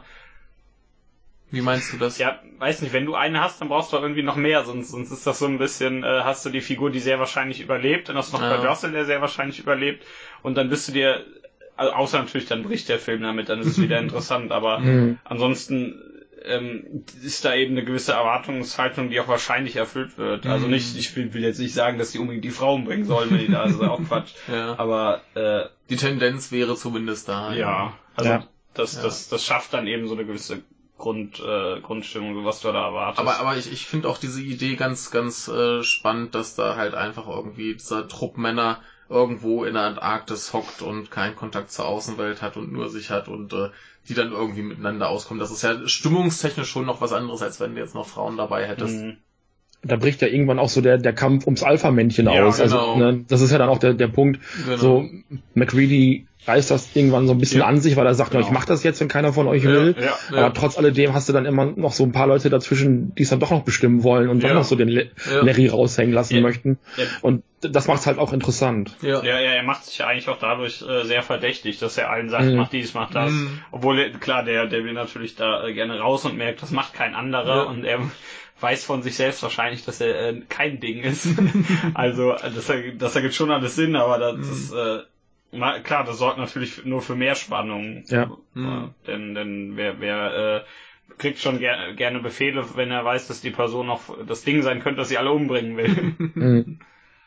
Wie meinst du das? Ja, weiß nicht, wenn du eine hast, dann brauchst du irgendwie noch mehr, sonst, sonst ist das so ein bisschen, äh, hast du die Figur, die sehr wahrscheinlich überlebt, dann hast du noch ja. Kurt Russell, der sehr wahrscheinlich überlebt, und dann bist du dir, also außer natürlich, dann bricht der Film damit, dann ist es wieder interessant, aber mhm. ansonsten ähm, ist da eben eine gewisse Erwartungshaltung, die auch wahrscheinlich erfüllt wird. Mhm. Also nicht, ich will, will jetzt nicht sagen, dass die unbedingt die Frauen bringen sollen, wenn die da sind, auch Quatsch. Ja. Aber äh, die Tendenz wäre zumindest da. Ja, ja. also ja. Das, ja. das, das schafft dann eben so eine gewisse Grund, äh, Grundstimmung, was du da erwartest. Aber, aber ich, ich finde auch diese Idee ganz, ganz äh, spannend, dass da halt einfach irgendwie dieser Trupp Männer irgendwo in der Antarktis hockt und keinen Kontakt zur Außenwelt hat und nur sich hat und äh, die dann irgendwie miteinander auskommen. Das ist ja stimmungstechnisch schon noch was anderes, als wenn du jetzt noch Frauen dabei hättest. Mhm. Da bricht ja irgendwann auch so der der Kampf ums Alpha-Männchen ja, aus. Genau. Also ne, das ist ja dann auch der der Punkt. Genau. So McReady reißt das irgendwann so ein bisschen ja. an sich, weil er sagt, genau. ich mach das jetzt, wenn keiner von euch will. Ja, ja, aber ja. trotz alledem hast du dann immer noch so ein paar Leute dazwischen, die es dann doch noch bestimmen wollen und ja. doch noch so den Le- ja. Larry raushängen lassen ja. möchten. Ja. Und das macht's halt auch interessant. Ja, ja, ja, er macht sich ja eigentlich auch dadurch äh, sehr verdächtig, dass er allen sagt, mhm. mach dies, mach das. Mhm. Obwohl, klar, der der will natürlich da äh, gerne raus und merkt, das macht kein anderer ja. und er weiß von sich selbst wahrscheinlich, dass er äh, kein Ding ist. Also, das, das ergibt schon alles Sinn, aber das mhm. ist, äh, na, klar, das sorgt natürlich nur für mehr Spannung. Ja. Mhm. Denn, denn wer, wer äh, kriegt schon ger gerne Befehle, wenn er weiß, dass die Person noch das Ding sein könnte, das sie alle umbringen will. Mhm.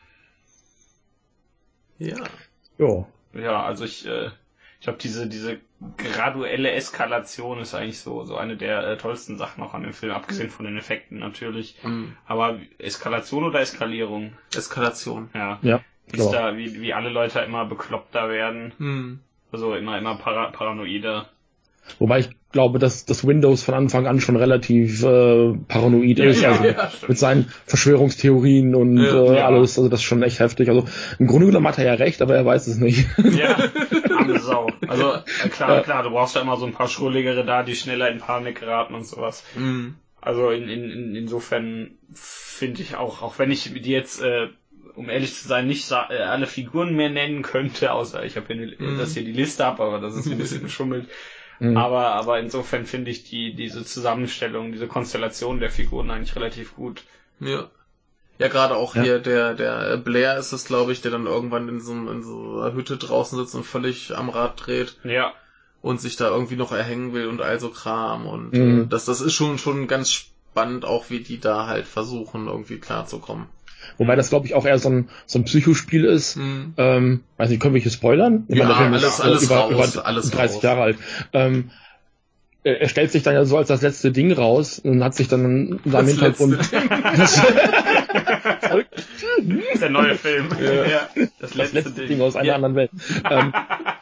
Ja. Jo. Ja, also ich, äh, ich glaube, diese, diese graduelle Eskalation ist eigentlich so, so eine der äh, tollsten Sachen auch an dem Film, abgesehen von den Effekten natürlich. Mhm. Aber Eskalation oder Eskalierung? Eskalation. Ja. Ja. Wie, ist da, wie, wie alle Leute immer bekloppter werden. Mhm. Also immer, immer para paranoider. Wobei ich glaube, dass das Windows von Anfang an schon relativ äh, paranoid Ja, ist, ja, also ja, mit seinen Verschwörungstheorien und Ja, äh, ja. alles, also das ist schon echt heftig. Also im Grunde genommen hat er ja recht, aber er weiß es nicht. Ja, arme Sau. Also äh, klar, Ja. klar, du brauchst ja immer so ein paar Schrulligere da, die schneller in Panik geraten und sowas. Mhm. Also in, in, in, insofern finde ich auch, auch wenn ich die jetzt, äh, um ehrlich zu sein, nicht sa- äh, alle Figuren mehr nennen könnte, außer ich habe hier eine, Mhm. das hier die Liste ab, aber das ist ein bisschen geschummelt. Mhm. Aber, aber insofern finde ich die, diese Zusammenstellung, diese Konstellation der Figuren eigentlich relativ gut. Ja. Ja, gerade auch ja. hier der der Blair ist es, glaube ich, der dann irgendwann in so, in so einer Hütte draußen sitzt und völlig am Rad dreht. Ja. Und sich da irgendwie noch erhängen will und all so Kram. Und mhm. äh, das, das ist schon schon ganz spannend, auch wie die da halt versuchen, irgendwie klarzukommen. Wobei das, glaube ich, auch eher so ein, so ein Psychospiel ist. Mhm. Ähm, weiß nicht, können wir hier spoilern? Ich ja, meine, der Film alles, ist alles über, raus, über alles dreißig raus. Jahre alt. Ähm, er, er stellt sich dann ja so als das letzte Ding raus und hat sich dann in seinem Hintergrund... Das ist der neue Film. Ja. Ja, das, das letzte, letzte Ding, Ding aus einer Ja. anderen Welt. ähm,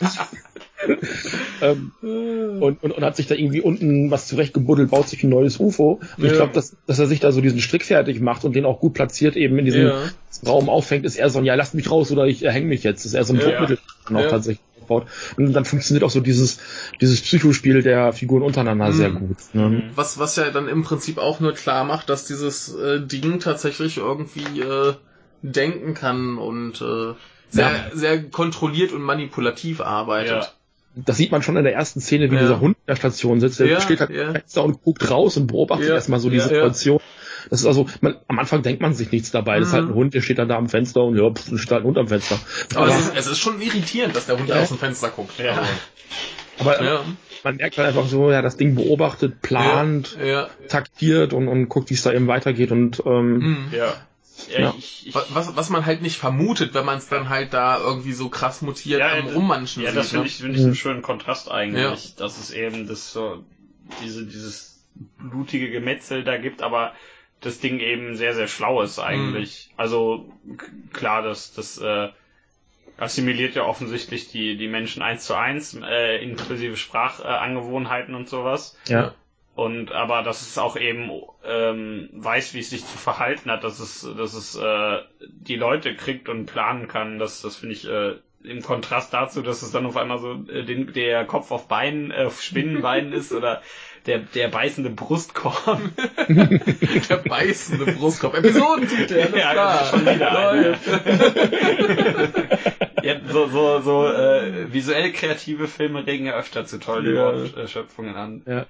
ähm, und, und, und hat sich da irgendwie unten was zurechtgebuddelt, baut sich ein neues U F O. Und Ja. ich glaube, dass, dass er sich da so diesen Strick fertig macht und den auch gut platziert eben in diesem Ja. Raum auffängt, ist eher so ein, ja, lasst mich raus oder ich erhänge mich jetzt. Das ist eher so ein Ja. Druckmittel noch Ja. tatsächlich aufgebaut. Und dann funktioniert auch so dieses, dieses Psychospiel der Figuren untereinander Mhm. sehr gut. Ne? Was, was ja dann im Prinzip auch nur klar macht, dass dieses äh, Ding tatsächlich irgendwie äh, denken kann und äh, sehr, Ja. sehr kontrolliert und manipulativ arbeitet. Ja. Das sieht man schon in der ersten Szene, wie Ja. dieser Hund in der Station sitzt. Der Ja, steht halt ja. am Fenster und guckt raus und beobachtet Ja, erstmal so die ja, Situation. Das ist also, man, am Anfang denkt man sich nichts dabei. Das ist halt ein Mhm. Hund, der steht dann da am Fenster und ja, pff, steht halt ein Hund am Fenster. Aber Aber, es ist, es ist schon irritierend, dass der Hund Ja. aus dem Fenster guckt. Ja. Also, aber ja. man merkt halt einfach so, ja, das Ding beobachtet, plant, Ja. Ja. taktiert und, und guckt, wie es da eben weitergeht und ähm, Mhm. Ja. Ja, Ja. Ich, ich, Was, was man halt nicht vermutet, wenn man es dann halt da irgendwie so krass mutiert Ja, am das- Rummanschen ja, sieht. das finde ne? ich, finde ich einen schönen Kontrast eigentlich, Ja. dass es eben das so, diese, dieses blutige Gemetzel da gibt, aber das Ding eben sehr, sehr schlau ist eigentlich. Also, k- klar, das, das, äh, assimiliert ja offensichtlich die, die Menschen eins zu eins, äh, inklusive Sprachangewohnheiten und sowas. ja. Und aber dass es auch eben ähm, weiß, wie es sich zu verhalten hat, dass es, dass es äh, die Leute kriegt und planen kann, das, das finde ich äh, im Kontrast dazu, dass es dann auf einmal so äh, den, der Kopf auf Beinen, äh, auf Spinnenbeinen ist oder der, der beißende Brustkorb. Der beißende Brustkorb. Episodentitel, alles Ja, klar. das ist schon wieder eine. Läuft. Ja, so so, so äh, visuell kreative Filme regen ja öfter zu tollen Ja. Wortschöpfungen an. Ja.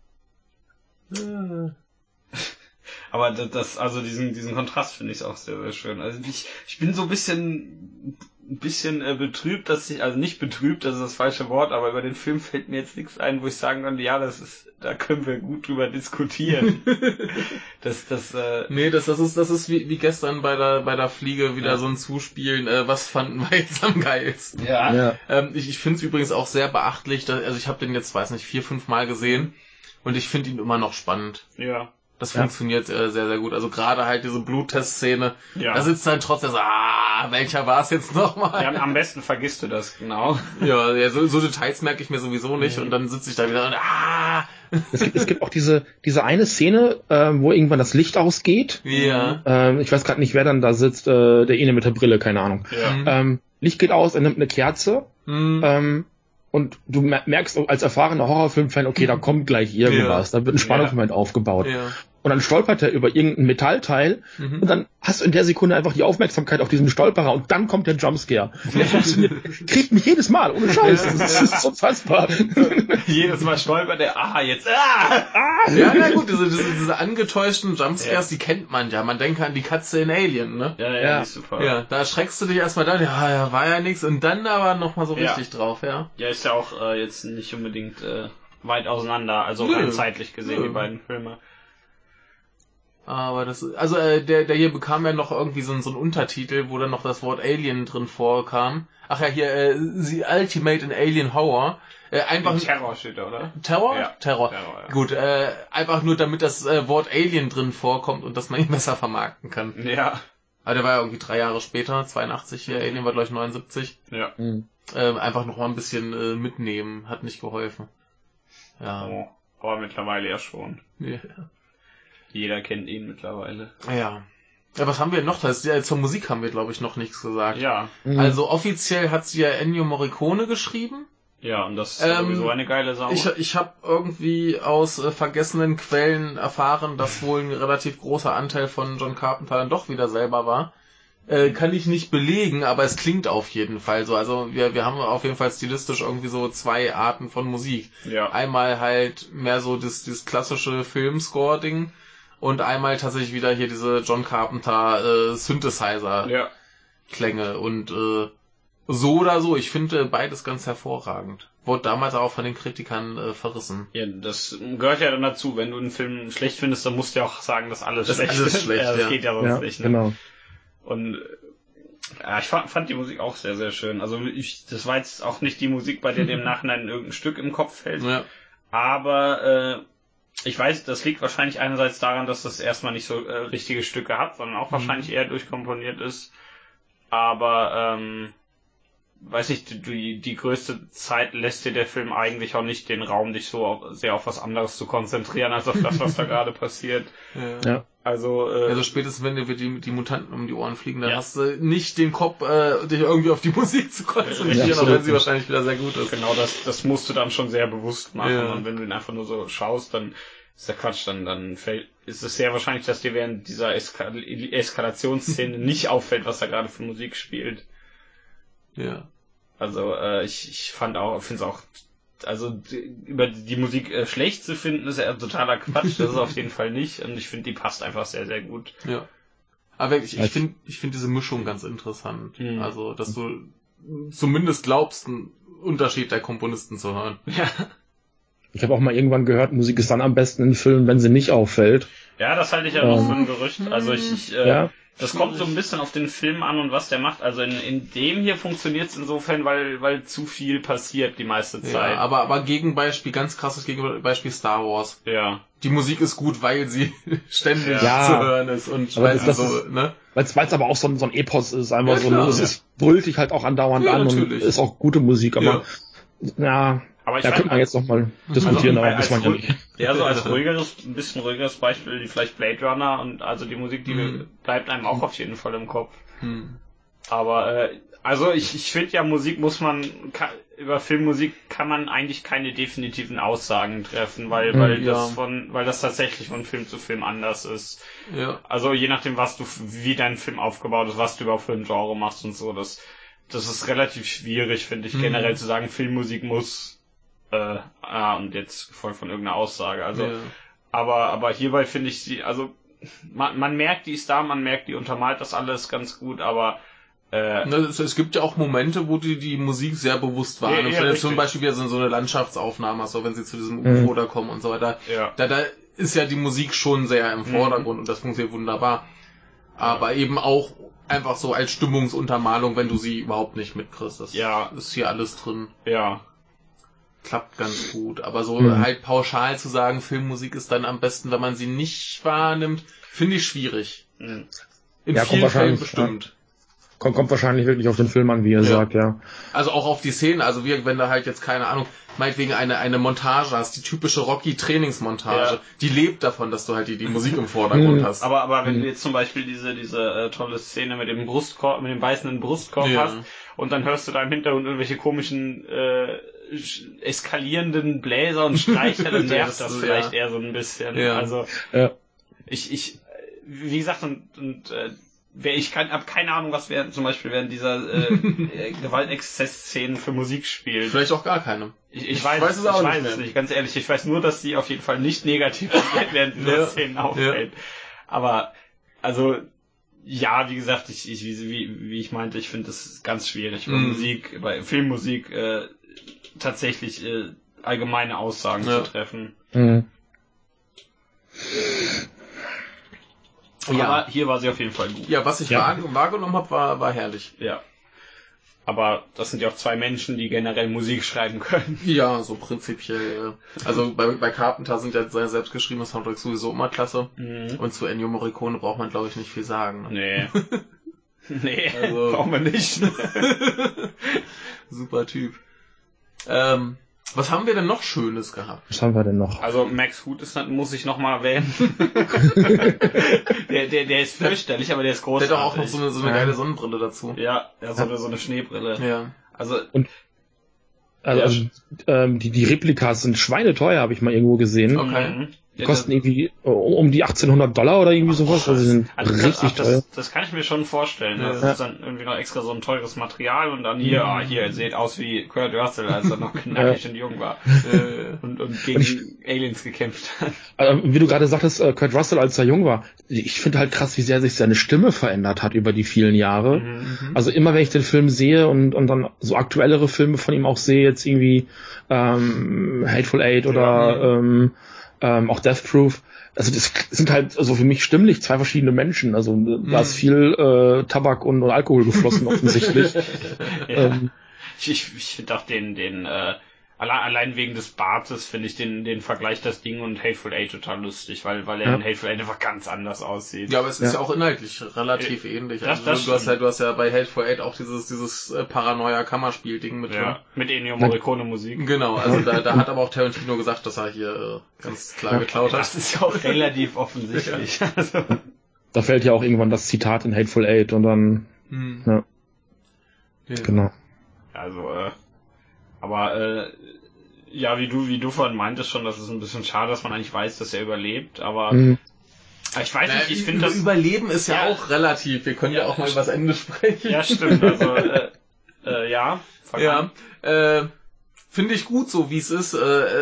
Aber das, das also diesen diesen Kontrast finde ich auch sehr, sehr schön. Also ich, ich bin so ein bisschen ein bisschen äh, betrübt, dass ich, also nicht betrübt, das ist das falsche Wort, aber über den Film fällt mir jetzt nichts ein, wo ich sagen könnte, ja, das ist, da können wir gut drüber diskutieren. das, das, äh, Nee, das, das ist, das ist wie, wie gestern bei der, bei der Fliege wieder Ja. so ein Zuspielen, äh, was fanden wir jetzt am geilsten? ja. Ja. Ähm, ich ich finde es übrigens auch sehr beachtlich, dass, also ich habe den jetzt, weiß nicht, vier, fünf Mal gesehen und ich finde ihn immer noch spannend. Ja. Das Ja. funktioniert äh, sehr, sehr gut. Also gerade halt diese Bluttest-Szene, Ja. da sitzt dann trotzdem so, ah, welcher war es jetzt nochmal? Ja, am besten vergisst du das, genau. Ja, ja so, so Details merke ich mir sowieso nicht und dann sitze ich da wieder und ah, Es gibt, es gibt auch diese, diese eine Szene, äh, wo irgendwann das Licht ausgeht. ja. Ähm, ich weiß gerade nicht, wer dann da sitzt, äh, der eine mit der Brille, keine Ahnung. Ja. Mhm. Ähm, Licht geht aus, er nimmt eine Kerze Hm. ähm, und du mer- merkst als erfahrener Horrorfilmfan, okay, da kommt gleich irgendwas, da wird ein Spannungsmoment aufgebaut. Ja. Und dann stolpert er über irgendein Metallteil Mhm. und dann hast du in der Sekunde einfach die Aufmerksamkeit auf diesen Stolperer und dann kommt der Jumpscare. Das funktioniert, kriegt mich jedes Mal, ohne Scheiß. Das ist unfassbar. Jedes Mal stolpert der, aha, jetzt, ah! Ja, na gut, diese, diese, diese angetäuschten Jumpscares, die kennt man ja. Man denkt an die Katze in Alien, ne? Ja, ja, Ja. die ist super. Ja, da schreckst du dich erstmal da, ja, ja, war ja nix und dann aber nochmal so Ja. richtig drauf, ja. Ja, ist ja auch äh, jetzt nicht unbedingt äh, weit auseinander, also Nö. rein zeitlich gesehen, Nö. die beiden Filme. Aber das, also äh, der, der hier bekam ja noch irgendwie so, ein- so einen Untertitel, wo dann noch das Wort Alien drin vorkam. Ach ja, hier, äh, The Ultimate in Alien Horror. Äh, einfach Terror steht da, oder? Terror? Ja. Terror. Terror, ja. Gut, äh, einfach nur damit das äh, Wort Alien drin vorkommt und dass man ihn besser vermarkten kann. Ja. Aber der war ja irgendwie drei Jahre später, zweiundachtzig, hier, Alien war glaube ich neunundsiebzig. Ja. Mhm. Äh, einfach noch mal ein bisschen äh, mitnehmen, hat nicht geholfen. Ja. Oh, aber mittlerweile ja schon. Ja. Jeder kennt ihn mittlerweile. Ja. Ja, was haben wir noch? Das, ja, zur Musik haben wir, glaube ich, noch nichts gesagt. Ja. Mhm. Also offiziell hat sie ja Ennio Morricone geschrieben. Ja, und das ist Ähm, sowieso eine geile Sau. Ich, ich habe irgendwie aus äh, vergessenen Quellen erfahren, dass wohl ein relativ großer Anteil von John Carpenter dann doch wieder selber war. Äh, kann ich nicht belegen, aber es klingt auf jeden Fall so. Also wir, wir haben auf jeden Fall stilistisch irgendwie so zwei Arten von Musik. ja. Einmal halt mehr so das, das klassische Filmscore-Ding und einmal tatsächlich wieder hier diese John Carpenter äh, Synthesizer-Klänge. Ja. Und äh, so oder so, ich finde beides ganz hervorragend. Wurde damals auch von den Kritikern äh, verrissen. Ja, das gehört ja dann dazu. Wenn du einen Film schlecht findest, dann musst du ja auch sagen, dass alles das schlecht alles ist. Schlecht, ja, das ja. geht ja sonst ja, nicht. Ne? Genau. Und ja, ich fand, fand die Musik auch sehr, sehr schön. Also ich, das war jetzt auch nicht die Musik, bei der dir im Nachhinein irgendein Stück im Kopf fällt. Ja. Aber äh, ich weiß, das liegt wahrscheinlich einerseits daran, dass das erstmal nicht so äh, richtige Stücke hat, sondern auch wahrscheinlich mhm. eher durchkomponiert ist. Aber ähm, weiß ich, die, die größte Zeit lässt dir der Film eigentlich auch nicht den Raum, dich so auf, sehr auf was anderes zu konzentrieren, als auf das, was da gerade passiert. Ja. Ja. Also, äh, also spätestens, wenn dir die, die Mutanten um die Ohren fliegen, dann ja. hast du nicht den Kopf, äh, dich irgendwie auf die Musik zu konzentrieren, ja, auch wenn sie wahrscheinlich wieder sehr gut ist. Genau, das, das musst du dann schon sehr bewusst machen. Ja. Und wenn du ihn einfach nur so schaust, dann ist der Quatsch, dann, dann fällt, ist es sehr wahrscheinlich, dass dir während dieser Eskal- Eskalationsszene nicht auffällt, was da gerade für Musik spielt. Ja. Also äh, ich, ich fand auch, finde es auch, also die, über die Musik äh, schlecht zu finden, ist ja totaler Quatsch. Das ist auf jeden Fall nicht. Und ich finde, die passt einfach sehr, sehr gut. Ja. Aber ich, ich finde, ich finde diese Mischung ganz interessant. Mhm. Also, dass du zumindest glaubst, einen Unterschied der Komponisten zu hören. Ja. Ich habe auch mal irgendwann gehört, Musik ist dann am besten in Filmen, wenn sie nicht auffällt. Ja, das halte ich ja ähm, noch für ein Gerücht. Also ich, ich äh, ja. das kommt so ein bisschen auf den Film an und was der macht. Also in, in dem hier funktioniert es insofern, weil weil zu viel passiert die meiste Zeit. Ja, aber aber Gegenbeispiel, ganz krasses Gegenbeispiel Star Wars. Ja. Die Musik ist gut, weil sie ständig ja. zu hören ist und aber weil das, sie das so, ist, ne? Weil es aber auch so ein, so ein Epos ist, einfach ja, so, klar, es ja. ist, brüllt dich halt auch andauernd ja, an natürlich. und ist auch gute Musik, aber ja, ja aber ich da könnte man jetzt noch mal diskutieren, also, aber muss man ja nicht. Ja, so als ruhigeres, ein bisschen ruhigeres Beispiel, die vielleicht Blade Runner und also die Musik, die hm. bleibt einem auch auf jeden Fall im Kopf. Hm. Aber äh, also ich, ich finde ja, Musik muss man kann, über Filmmusik kann man eigentlich keine definitiven Aussagen treffen, weil weil ja. das von weil das tatsächlich von Film zu Film anders ist. Ja. Also je nachdem, was du wie dein Film aufgebaut ist, was du überhaupt für ein Genre machst und so, das das ist relativ schwierig, finde ich, hm. generell zu sagen, Filmmusik muss äh, ah, und jetzt voll von irgendeiner Aussage. Also ja. aber aber hierbei finde ich sie, also man, man merkt, die ist da, man merkt, die untermalt das alles ganz gut, aber Äh, es, es gibt ja auch Momente, wo die die Musik sehr bewusst wahrnimmst. Ja, ja, zum Beispiel wieder so, so eine Landschaftsauftnahme hast, so wenn sie zu diesem U F O mhm. da kommen und so weiter. Ja. Da, da ist ja die Musik schon sehr im Vordergrund mhm. und das funktioniert wunderbar. Aber ja. eben auch einfach so als Stimmungsuntermalung, wenn du sie überhaupt nicht mitkriegst. Das ja. ist hier alles drin. Ja. Klappt ganz gut. Aber so mhm. halt pauschal zu sagen, Filmmusik ist dann am besten, wenn man sie nicht wahrnimmt, finde ich schwierig. Mhm. In ja, vielen Fällen bestimmt. Ja. Kommt, kommt wahrscheinlich wirklich auf den Film an, wie ihr ja. sagt, ja. Also auch auf die Szenen, also wie, wenn du halt jetzt, keine Ahnung, meinetwegen eine, eine Montage hast, die typische Rocky-Trainingsmontage, ja. die lebt davon, dass du halt die, die Musik im Vordergrund hast. Aber, aber wenn du jetzt zum Beispiel diese, diese äh, tolle Szene mit dem Brustkorb, mit dem beißenden Brustkorb ja. hast und dann hörst du da im Hintergrund irgendwelche komischen, äh, eskalierenden Bläser und Streicher, dann nervt das vielleicht ja. eher so ein bisschen. Ja. Also, ja. ich, ich, wie gesagt, und, und, äh, ich kann, hab keine Ahnung, was während, zum Beispiel während dieser äh, Gewaltexzess-Szenen für Musik spielt. Vielleicht auch gar keine. Ich, ich weiß, ich weiß es auch ich weiß nicht, nicht, ganz ehrlich. Ich weiß nur, dass die auf jeden Fall nicht negativ während dieser ja, Szenen auffällt. Ja. Aber, also, ja, wie gesagt, ich, ich wie, wie ich meinte, ich finde es ganz schwierig, bei mm. Musik, bei Filmmusik äh, tatsächlich äh, allgemeine Aussagen ja. zu treffen. Mhm. Ja. Aber hier war sie auf jeden Fall gut. Ja, was ich ja. wahrgenommen habe, war, war herrlich. Ja. Aber das sind ja auch zwei Menschen, die generell Musik schreiben können. Ja, so prinzipiell. Also bei, bei Carpenter sind ja seine selbstgeschriebenen Soundtracks sowieso immer klasse. Mhm. Und zu Ennio Morricone braucht man, glaube ich, nicht viel sagen. Ne? Nee. nee, also, brauchen wir nicht. Super Typ. Ähm... Was haben wir denn noch Schönes gehabt? Was haben wir denn noch? Also Max Hood ist, muss ich noch mal erwähnen. der, der, der ist fürchterlich, aber der ist großartig. Der hat auch noch so eine, so eine geile Sonnenbrille dazu. Ja, ja so, eine, so eine Schneebrille. Ja. Also, und also, also ähm, die, die Replikas sind schweineteuer, habe ich mal irgendwo gesehen. Okay. Die kosten irgendwie um die achtzehnhundert Dollar oder irgendwie sowas. Also die sind also das, richtig das, teuer. Das kann ich mir schon vorstellen. Ja. Das ist dann irgendwie noch extra so ein teures Material und dann hier, mhm. ah, hier, seht aus wie Kurt Russell, als er noch knackig und jung war und, und gegen und ich, Aliens gekämpft hat. Also, wie du gerade sagtest, Kurt Russell, als er jung war, ich finde halt krass, wie sehr sich seine Stimme verändert hat über die vielen Jahre. Mhm. Also immer, wenn ich den Film sehe und, und dann so aktuellere Filme von ihm auch sehe, jetzt irgendwie ähm, Hateful Eight oder ja. ähm, ähm, auch Death Proof, also das sind halt also für mich stimmlich zwei verschiedene Menschen. Also mhm. da ist viel äh, Tabak und, und Alkohol geflossen offensichtlich. ja. ähm, ich ich, ich finde auch den, den äh, allein, allein wegen des Bartes finde ich den, den Vergleich das Ding und Hateful Eight total lustig, weil, weil er ja. in Hateful Eight einfach ganz anders aussieht. Ja, aber es ist ja, ja auch inhaltlich relativ äh, ähnlich. Das, also, das du, hast ja, du hast ja bei Hateful Eight auch dieses, dieses äh, Paranoia-Kammerspiel-Ding mit ja, drin. Mit Ennio Morricone Musik. Genau, also da, da hat aber auch Tarantino gesagt, dass er hier äh, ganz klar ja. geklaut hat. Das ist ja auch relativ offensichtlich. Ja. Also. Da fällt ja auch irgendwann das Zitat in Hateful Eight und dann hm. ja. ja. Genau. Also, äh, aber äh, ja, wie du, wie du vorhin meintest schon, das ist ein bisschen schade, dass man eigentlich weiß, dass er überlebt, aber mhm. ich weiß nicht, ich finde das... Überleben ist ja, ja auch relativ, wir können ja, ja auch mal über das Ende sprechen. Ja, stimmt, also, äh, äh, ja. Ja, äh, finde ich gut so, wie es ist. Äh,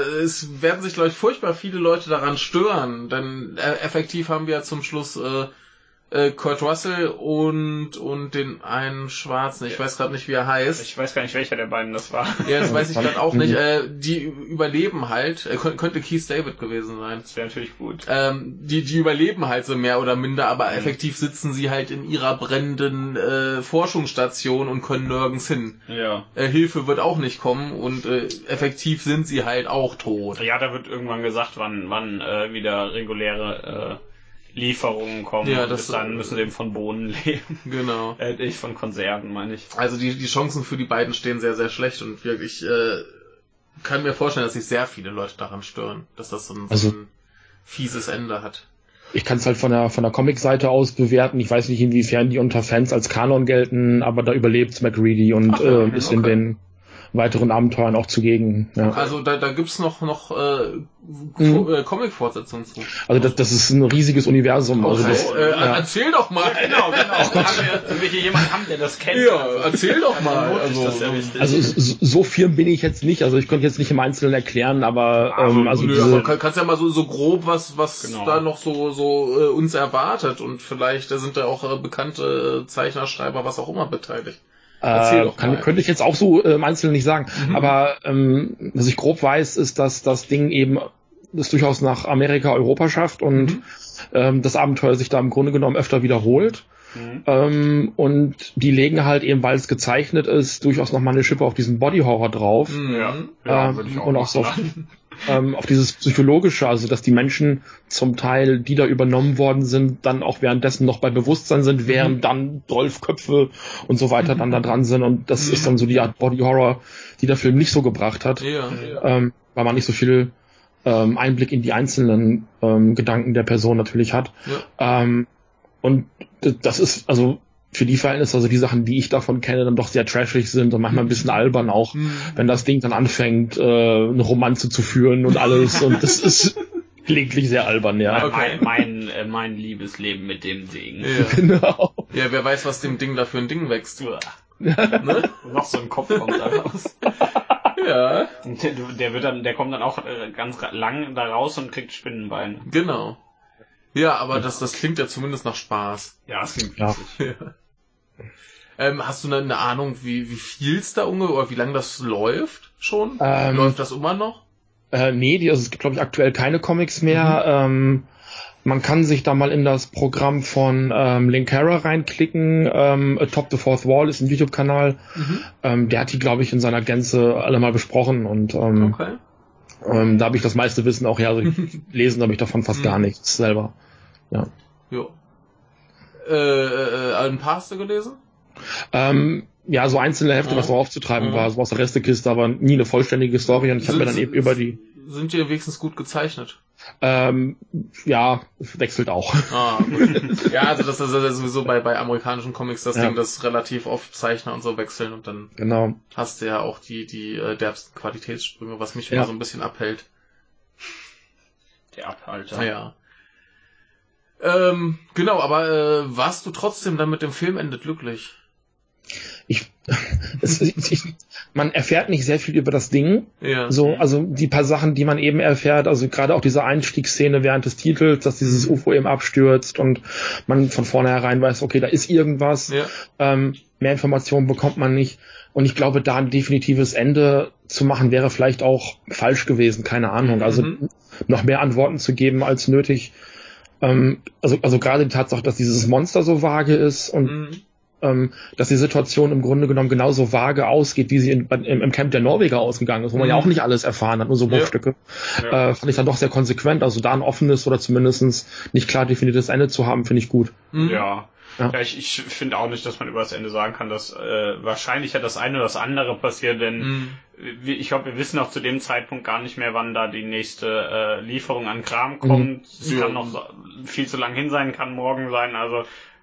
es werden sich, glaube ich, furchtbar viele Leute daran stören, denn äh, effektiv haben wir ja zum Schluss... Äh, Äh, Kurt Russell und und den einen Schwarzen, ich weiß gerade nicht, wie er heißt. Ich weiß gar nicht, welcher der beiden das war. Ja, das weiß ich gerade auch nicht. Äh, die überleben halt, äh, könnte Keith David gewesen sein. Das wäre natürlich gut. Ähm, die die überleben halt so mehr oder minder, aber mhm. effektiv sitzen sie halt in ihrer brennenden äh, Forschungsstation und können nirgends hin. Ja. Äh, Hilfe wird auch nicht kommen und äh, effektiv sind sie halt auch tot. Ja, da wird irgendwann gesagt, wann wann äh, wieder reguläre äh, Lieferungen kommen, ja, das, bis dann müssen sie eben von Bohnen leben. Genau. Äh, ich von Konserven, meine ich. Also die die Chancen für die beiden stehen sehr, sehr schlecht und wirklich äh, kann mir vorstellen, dass sich sehr viele Leute daran stören, dass das so ein, also, so ein fieses Ende hat. Ich kann es halt von der von der Comic-Seite aus bewerten. Ich weiß nicht, inwiefern die unter Fans als Kanon gelten, aber da überlebt McReady und Ach, äh, ist okay. in den weiteren Abenteuern auch zugegen. Ja. Also da da gibt's noch noch äh, mhm. äh, Comic-Fortsetzungen zu. Also das das ist ein riesiges Universum. Okay. Also das, äh, ja. Erzähl doch mal. Ja, genau, genau. Haben wir hier jemanden haben, der das kennt? Ja, erzähl doch mal. Also, also so, so firm bin ich jetzt nicht. Also ich könnte jetzt nicht im Einzelnen erklären, aber ähm, also nö, diese... aber kann, kannst ja mal so so grob was was genau. da noch so so äh, uns erwartet und vielleicht da sind da auch äh, bekannte Zeichner, Schreiber, was auch immer beteiligt. Äh, kann, könnte ich jetzt auch so äh, im Einzelnen nicht sagen. Mhm. Aber ähm, was ich grob weiß, ist, dass das Ding eben das durchaus nach Amerika, Europa schafft und mhm. ähm, das Abenteuer sich da im Grunde genommen öfter wiederholt. Mhm. Ähm, und die legen halt eben, weil es gezeichnet ist, durchaus nochmal eine Schippe auf diesen Body-Horror drauf. Mhm. Ja. Ja, ähm, auch und auch so auf, ähm, auf dieses Psychologische, also dass die Menschen zum Teil, die da übernommen worden sind, dann auch währenddessen noch bei Bewusstsein sind, während mhm. dann Dolfköpfe und so weiter dann da dran sind und das mhm. ist dann so die Art Body-Horror, die der Film nicht so gebracht hat, ja, ja. Ähm, weil man nicht so viel ähm, Einblick in die einzelnen ähm, Gedanken der Person natürlich hat. Ja. Ähm, und das ist, also für die Verhältnisse, also die Sachen, die ich davon kenne, dann doch sehr trashig sind und manchmal ein bisschen albern auch, mhm. wenn das Ding dann anfängt, äh, eine Romanze zu führen und alles und das ist gelegentlich sehr albern, ja. Okay. Mein, mein, äh, mein Liebesleben mit dem Ding. Ja. Genau. Ja, wer weiß, was dem Ding da für ein Ding wächst. Ne? Noch so ein Kopf kommt da raus. Ja. Der, der wird dann, der kommt dann auch ganz lang da raus und kriegt Spinnenbeine. Genau. Ja, aber das, das klingt ja zumindest nach Spaß. Ja, das klingt witzig. Ja. Ähm, hast du eine, eine Ahnung, wie, wie viel es da ungefähr, oder wie lange das läuft schon? Ähm, läuft das immer noch? Äh, nee, die, also es gibt, glaube ich, aktuell keine Comics mehr. Mhm. Ähm, man kann sich da mal in das Programm von ähm, Linkara reinklicken. Ähm, Atop the Fourth Wall ist ein YouTube-Kanal. Mhm. Ähm, der hat die, glaube ich, in seiner Gänze alle mal besprochen. Und ähm, okay. ähm, da habe ich das meiste Wissen auch her. Also lesen habe ich davon fast gar nichts selber. Ja. Jo. Äh, äh, ein paar hast du gelesen? Ähm, ja, so einzelne Hefte, mhm. was noch aufzutreiben mhm. war, so aus der Restekiste, aber nie eine vollständige Story und ich habe mir dann eben über die... Sind die wenigstens gut gezeichnet? Ähm, ja, wechselt auch. Ah, gut. Ja, also das ist ja sowieso bei, bei amerikanischen Comics das ja. Ding, dass relativ oft Zeichner und so wechseln und dann genau. hast du ja auch die, die äh, derbsten Qualitätssprünge, was mich ja. immer so ein bisschen abhält. der Abhalter. Ja. Ähm, genau, aber äh, warst du trotzdem dann mit dem Filmende glücklich? Ich, es, ich, man erfährt nicht sehr viel über das Ding. Ja. So, also die paar Sachen, die man eben erfährt, also gerade auch diese Einstiegsszene während des Titels, dass dieses U F O eben abstürzt und man von vornherein weiß, okay, da ist irgendwas. Ja. Ähm, mehr Informationen bekommt man nicht. Und ich glaube, da ein definitives Ende zu machen, wäre vielleicht auch falsch gewesen, keine Ahnung. Also Mhm. noch mehr Antworten zu geben als nötig. Ähm, also, also gerade die Tatsache, dass dieses Monster so vage ist und Mhm. ähm, dass die Situation im Grunde genommen genauso vage ausgeht, wie sie in, im, im Camp der Norweger ausgegangen ist, wo man Mhm. ja auch nicht alles erfahren hat, nur so Bruchstücke. Ja. Äh, fand ich dann doch sehr konsequent. Also da ein offenes oder zumindest nicht klar definiertes Ende zu haben, finde ich gut. Mhm. Ja. Ja. Ja, ich, ich finde auch nicht, dass man über das Ende sagen kann, dass äh, wahrscheinlich ja das eine oder das andere passiert, denn Mhm. wir, ich glaube, wir wissen auch zu dem Zeitpunkt gar nicht mehr, wann da die nächste äh, Lieferung an Kram kommt. Es Ja. kann noch so, viel zu lang hin sein, kann morgen sein, also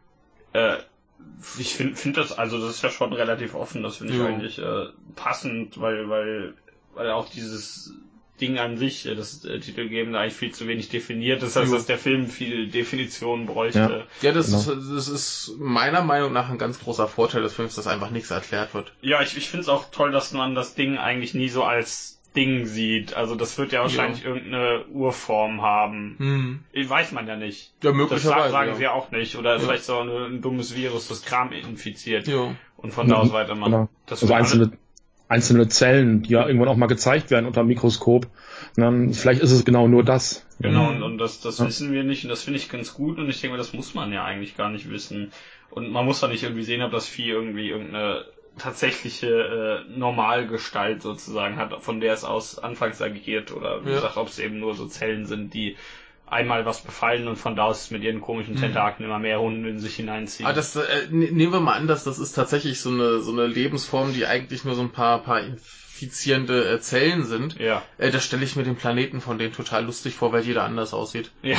äh, ich finde find das, also das ist ja schon relativ offen, das finde ich Ja. eigentlich äh, passend, weil, weil, weil auch dieses Ding an sich, äh, das äh, Titelgebende eigentlich viel zu wenig definiert ist, als Ja. dass der Film viel Definition bräuchte. Ja, das, Genau. ist, das ist meiner Meinung nach ein ganz großer Vorteil des Films, dass einfach nichts erklärt wird. Ja, ich, ich finde es auch toll, dass man das Ding eigentlich nie so als Ding sieht. Also das wird ja wahrscheinlich Ja. irgendeine Urform haben. Hm. Weiß man ja nicht. Ja, Das möglicherweise. sagen, sagen ja. sie ja auch nicht. Oder Ja. vielleicht so ein, ein dummes Virus, das Kram infiziert Ja. und von da aus weitermachen. Genau. Das Also wird einzelne, einzelne Zellen, die ja irgendwann auch mal gezeigt werden unter dem Mikroskop. Und dann, vielleicht ist es genau nur das. Genau, Mhm. und, und das, das Ja. wissen wir nicht und das finde ich ganz gut und ich denke, das muss man ja eigentlich gar nicht wissen. Und man muss da nicht irgendwie sehen, ob das Vieh irgendwie irgendeine tatsächliche äh, Normalgestalt sozusagen hat, von der es aus anfangs agiert oder wie Ja. gesagt, ob es eben nur so Zellen sind, die einmal was befallen und von da aus mit ihren komischen Tentakeln immer mehr Hunde in sich hineinziehen. Aber das, äh, ne- nehmen wir mal an, dass das ist tatsächlich so eine, so eine Lebensform, die eigentlich nur so ein paar, paar infizierende äh, Zellen sind. Ja. Äh, da stelle ich mir den Planeten von denen total lustig vor, weil jeder anders aussieht. Ja.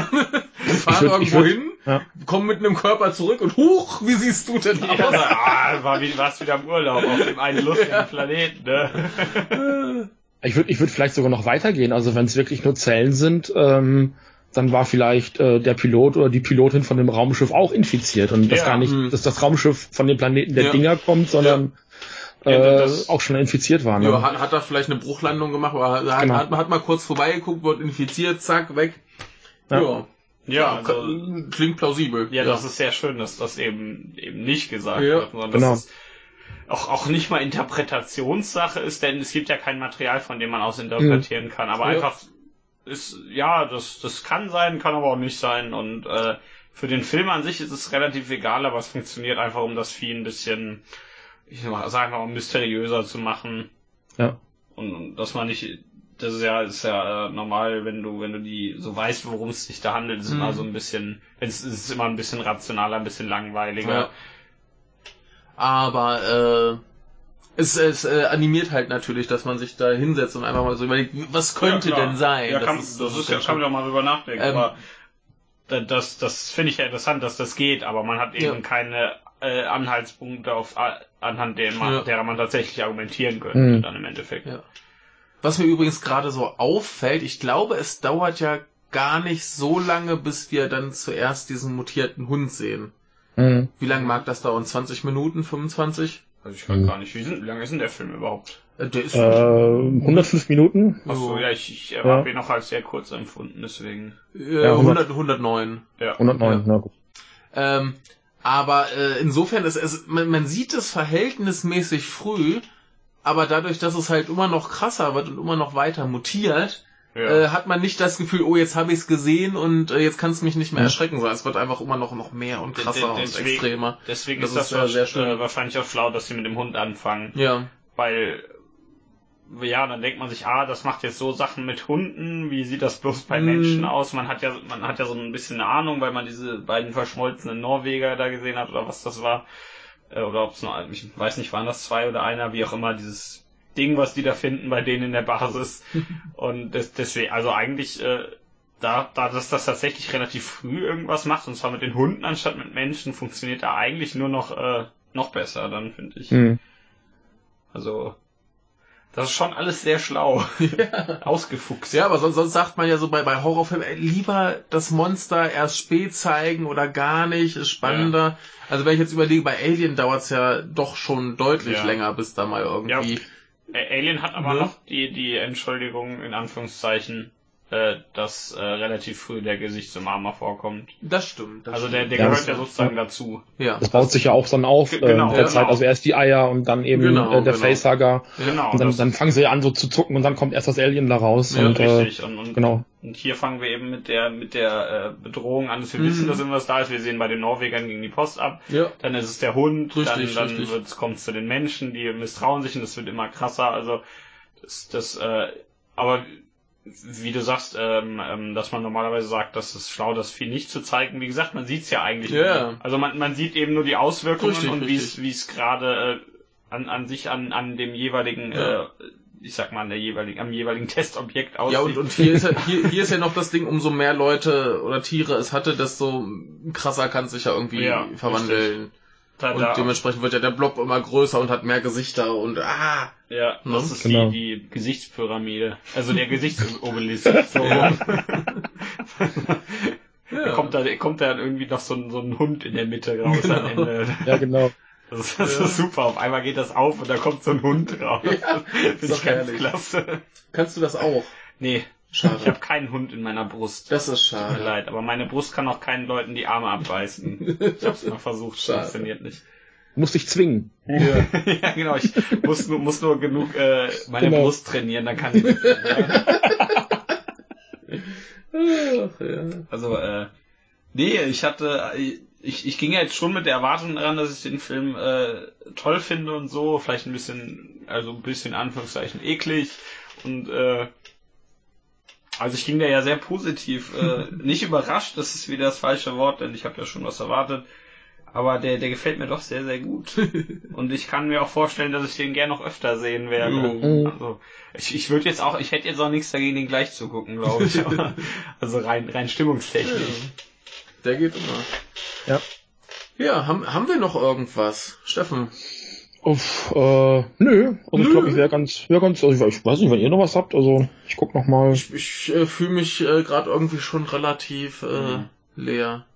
Wir fahren würd- ich irgendwo würd- hin, ja. kommen mit einem Körper zurück und huch, wie siehst du denn aus? Ja, ah, war wie, warst wieder im Urlaub auf dem einen lustigen Ja. Planeten, ne? Ich würde ich würd vielleicht sogar noch weitergehen. Also wenn es wirklich nur Zellen sind, ähm, dann war vielleicht äh, der Pilot oder die Pilotin von dem Raumschiff auch infiziert und das Ja. gar nicht, Mhm. dass das Raumschiff von dem Planeten der Ja. Dinger kommt, sondern Ja, äh, das- auch schon infiziert war. Ne? Ja, hat, hat er vielleicht eine Bruchlandung gemacht, aber hat, Genau. hat, hat mal kurz vorbeigeguckt, wurde infiziert, zack, weg. Ja. Ja, Ja, also, k- klingt plausibel. ja, das ist sehr schön, dass das eben eben nicht gesagt Ja, wird, sondern genau. dass es auch, auch nicht mal Interpretationssache ist, denn es gibt ja kein Material, von dem man aus interpretieren kann, aber Ja. einfach ist, ja, das, das kann sein, kann aber auch nicht sein und äh, für den Film an sich ist es relativ egal, aber es funktioniert einfach, um das Vieh ein bisschen, ich sag mal, mysteriöser zu machen. Ja. Und, und dass man nicht, das ist ja, ist ja äh, normal, wenn du, wenn du die so weißt, worum es sich da handelt, ist Mhm. immer so ein bisschen, es ist immer ein bisschen rationaler, ein bisschen langweiliger. Ja. Aber äh, es, es äh, animiert halt natürlich, dass man sich da hinsetzt und einfach mal so überlegt, was könnte Ja, klar. denn sein? Ja, kann, das, ist, ja, kann man ja mal drüber nachdenken. Ähm, aber da- das, das finde ich ja interessant, dass das geht, aber man hat eben Ja. keine äh, Anhaltspunkte auf anhand derer man, Ja. derer man tatsächlich argumentieren könnte, Mhm. dann im Endeffekt. Ja. Was mir übrigens gerade so auffällt, ich glaube, es dauert ja gar nicht so lange, bis wir dann zuerst diesen mutierten Hund sehen. Mhm. Wie lange mag das dauern? zwanzig Minuten? fünfundzwanzig? Also ich weiß Mhm. gar nicht, wie, sind, wie lange ist denn der Film überhaupt? Äh, der ist Äh, hundertfünf Minuten. Achso, Jo. ja, ich, ich Ja. habe ihn noch als sehr kurz empfunden, deswegen. äh, Ja, hundert, hundertneun. Ja. hundertneun, na gut. Ähm, aber äh, insofern ist es, man, man sieht es verhältnismäßig früh, aber dadurch, dass es halt immer noch krasser wird und immer noch weiter mutiert, Ja. äh, hat man nicht das Gefühl, oh, jetzt habe ich es gesehen und äh, jetzt kann es mich nicht mehr Mhm. erschrecken, sondern es wird einfach immer noch noch mehr und krasser De- de- und deswegen- extremer. Deswegen Das ist das ist, äh, ja sehr schön. Äh, wahrscheinlich auch schlau, dass sie mit dem Hund anfangen. Ja. Weil, ja, dann denkt man sich, ah, das macht jetzt so Sachen mit Hunden, wie sieht das bloß bei Mm. Menschen aus? Man hat ja, man hat ja so ein bisschen eine Ahnung, weil man diese beiden verschmolzenen Norweger da gesehen hat, oder was das war. Äh, Oder ob es nur, ich weiß nicht, waren das zwei oder einer, wie auch immer, dieses Ding, was die da finden bei denen in der Basis. Und das, deswegen, also eigentlich, äh, da, da dass das tatsächlich relativ früh irgendwas macht, und zwar mit den Hunden anstatt mit Menschen, funktioniert da eigentlich nur noch, äh, noch besser, dann finde ich. Mhm. Also, Das ist schon alles sehr schlau. Ja. Ausgefuchst. Ja, aber sonst, sonst sagt man ja so bei, bei Horrorfilmen, ey, lieber das Monster erst spät zeigen oder gar nicht, ist spannender. Ja. Also wenn ich jetzt überlege, bei Alien dauert's ja doch schon deutlich ja. länger, bis da mal irgendwie... Ja. Alien hat aber mhm. noch die, die Entschuldigung, in Anführungszeichen, äh, dass äh, relativ früh der Gesichtsmarmer vorkommt. Das stimmt. Das also stimmt. der, der ja, gehört ja sozusagen dazu. Ja. Das baut sich ja auch dann auf äh, genau, mit der ja, Zeit. Genau. Also erst die Eier und dann eben genau, äh, der genau. Facehugger. Genau. Und dann, dann fangen sie an so zu zucken und dann kommt erst das Alien da raus. Ja, und, richtig. Äh, und, und, genau. und hier fangen wir eben mit der mit der äh, Bedrohung an, dass wir mhm. wissen, dass irgendwas da ist. Wir sehen bei den Norwegern gegen die Post ab. Ja. Dann ist es der Hund. Richtig, dann dann kommt es zu den Menschen, die misstrauen sich und das wird immer krasser. Also das, das äh, aber wie du sagst, ähm, ähm, dass man normalerweise sagt, dass es schlau, das viel nicht zu zeigen. Wie gesagt, man sieht es ja eigentlich yeah. nicht. Also man, man sieht eben nur die Auswirkungen richtig, und wie es wie es gerade äh, an, an sich an, an dem jeweiligen, ja. äh, ich sag mal, an der jeweiligen, am jeweiligen Testobjekt aussieht. Ja, und, und hier, ist ja, hier, hier ist ja noch das Ding, umso mehr Leute oder Tiere es hatte, desto krasser kann es sich ja irgendwie ja, verwandeln. Da, und da dementsprechend wird ja der Blob immer größer und hat mehr Gesichter und ah. Ja, ne? Das ist genau. die, die Gesichtspyramide. Also der Gesichtsobelisk. So. Ja. Da kommt da, kommt da irgendwie noch so ein, so ein Hund in der Mitte raus genau. am Ende. Ja, genau. Das ist, das ja. ist super. Auf einmal geht das auf und da kommt so ein Hund raus. Ja, das ist ganz klasse. Kannst du das auch? Nee. Schade. Ich habe keinen Hund in meiner Brust. Das ist schade. Tut mir leid, aber meine Brust kann auch keinen Leuten die Arme abreißen. Ich hab's mal versucht, schade. Funktioniert nicht. Muss dich zwingen. Ja, ja genau. Ich muss nur, muss nur genug äh, meine genau. Brust trainieren, dann kann ich das. Ja. Ach, ja. Also, äh, nee, ich hatte, ich, ich ging ja jetzt schon mit der Erwartung ran, dass ich den Film äh, toll finde und so, vielleicht ein bisschen, also ein bisschen Anführungszeichen eklig und äh, also ich ging da ja sehr positiv, äh, nicht überrascht, das ist wieder das falsche Wort, denn ich habe ja schon was erwartet, aber der der gefällt mir doch sehr, sehr gut. Und ich kann mir auch vorstellen, dass ich den gern noch öfter sehen werde. Mhm. Also ich, ich würde jetzt auch, ich hätte jetzt auch nichts dagegen, den gleich zu gucken, glaube ich. Aber, also rein rein stimmungstechnisch. Ja. Der geht immer. Ja. Ja, haben, haben wir noch irgendwas? Steffen? Uff, äh, nö. Also nö. Ich glaube, ich wäre ganz, wäre ganz, also ich, ich weiß nicht, wenn ihr noch was habt, also ich guck noch mal. Ich, ich äh, fühle mich äh, gerade irgendwie schon relativ äh, mhm. leer.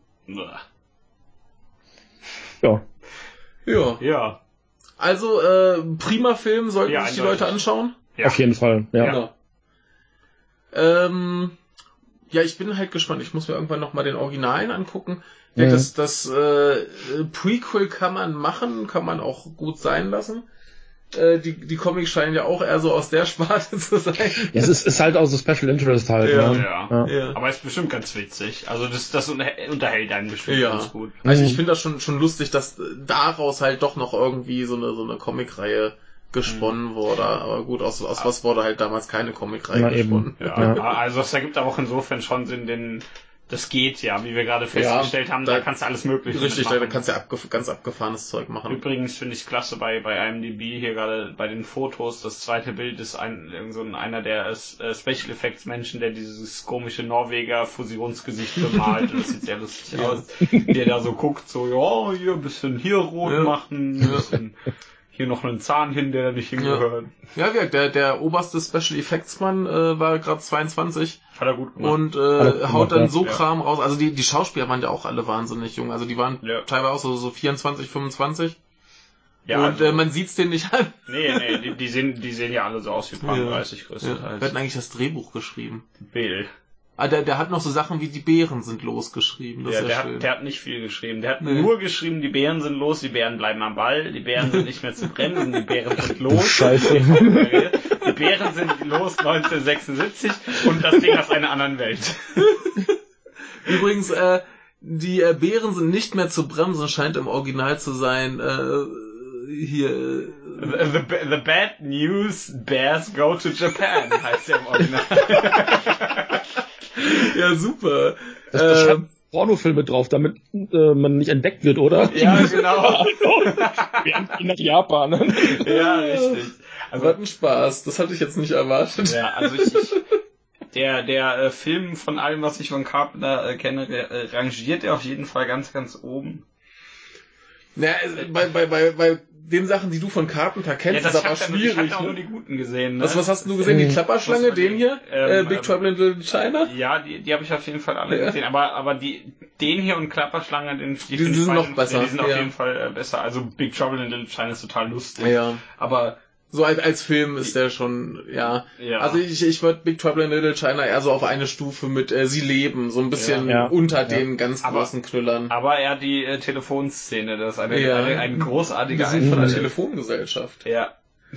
Ja. Ja. Ja. Also, äh, prima Film, sollten ja, sich die Leute anschauen? Ja. Auf jeden Fall, ja. ja. Ähm, ja, ich bin halt gespannt. Ich muss mir irgendwann nochmal den Originalen angucken. Ich denke, mhm. das, das äh, Prequel kann man machen, kann man auch gut sein lassen. Äh, die, die Comics scheinen ja auch eher so aus der Sparte zu sein. Ja, es ist, ist halt auch so Special Interest halt. Ja, ne? ja. ja. ja. Aber es ist bestimmt ganz witzig. Also das, das unterhält einen bestimmt ja. ganz gut. Also ich finde das schon, schon lustig, dass daraus halt doch noch irgendwie so eine, so eine Comicreihe gesponnen mhm. wurde. Aber gut, aus, aus was wurde halt damals keine Comicreihe Na, gesponnen. Ja. ja. Also das ergibt aber auch insofern schon Sinn, denn das geht ja, wie wir gerade festgestellt ja, haben, da, da kannst du alles Mögliche richtig, machen. Da kannst du ja abgef- ganz abgefahrenes Zeug machen. Übrigens finde ich es klasse bei, bei I M D B hier gerade bei den Fotos. Das zweite Bild ist ein, irgend so ein, einer der äh, Special Effects Menschen, der dieses komische Norweger Fusionsgesicht bemalt. Das sieht sehr lustig ja. aus. Der da so guckt, so, ja, hier ein bisschen hier rot ja. machen, ein bisschen hier noch einen Zahn hin, der da nicht hingehört. Ja, ja der, der oberste Special Effects Mann äh, war gerade zweiundzwanzig. Hat er gut gemacht. Und äh, haut dann so ja. Kram raus. Also die die Schauspieler waren ja auch alle wahnsinnig jung. Also die waren ja. teilweise auch so, so vierundzwanzig, fünfundzwanzig. Ja, und also, äh, man sieht's denen nicht an. Nee, nee, die, die, sehen, die sehen ja alle so aus wie dreißig ja. größtenteils. Ja. Wer hat eigentlich das Drehbuch geschrieben? Bill. Ah, der, der hat noch so Sachen wie die Bären sind losgeschrieben. Das ja, ist der, ja hat, der hat nicht viel geschrieben. Der hat nee. nur geschrieben, die Bären sind los, die Bären bleiben am Ball, die Bären sind nicht mehr zu bremsen, die Bären sind los. Scheiße. Die Bären sind los neunzehnhundertsechsundsiebzig und das Ding aus einer anderen Welt. Übrigens, äh, die äh, Bären sind nicht mehr zu bremsen, scheint im Original zu sein. Äh, hier. Äh, the, the, the bad news, bears go to Japan, heißt der im Original. Ja, super. Das, das äh, Pornofilme drauf, damit äh, man nicht entdeckt wird, oder? Ja, genau. Wir gehen nach Japan. Ja, richtig. Also hat einen Spaß. Das hatte ich jetzt nicht erwartet. Ja, also ich, ich der der äh, Film von allem, was ich von Carpenter äh, kenne, äh, rangiert er auf jeden Fall ganz, ganz oben. Na, bei, bei, bei, bei den Sachen, die du von Carpenter kennst, ja, ist aber schwierig. Ich habe ja auch ne? nur die guten gesehen. Ne? Was, was hast du gesehen? Die Klapperschlange, den hier? Ähm, äh, Big ähm, Trouble in Little China? Ja, die, die habe ich auf jeden Fall alle ja. gesehen. Aber, aber die, den hier und Klapperschlange, den, die, die sind noch besser. Die sind ja. auf jeden Fall äh, besser. Also Big Trouble in Little China ist total lustig. Ja. Aber so als, als Film ist der schon, ja. ja. Also ich, ich würde Big Trouble in Little China eher so auf eine Stufe mit äh, Sie leben, so ein bisschen ja. unter ja. den ganz aber, großen Knüllern. Aber er die äh, Telefonszene, das ist eine, ja. eine, ein großartiger Wir sind von der Telefongesellschaft. Ja.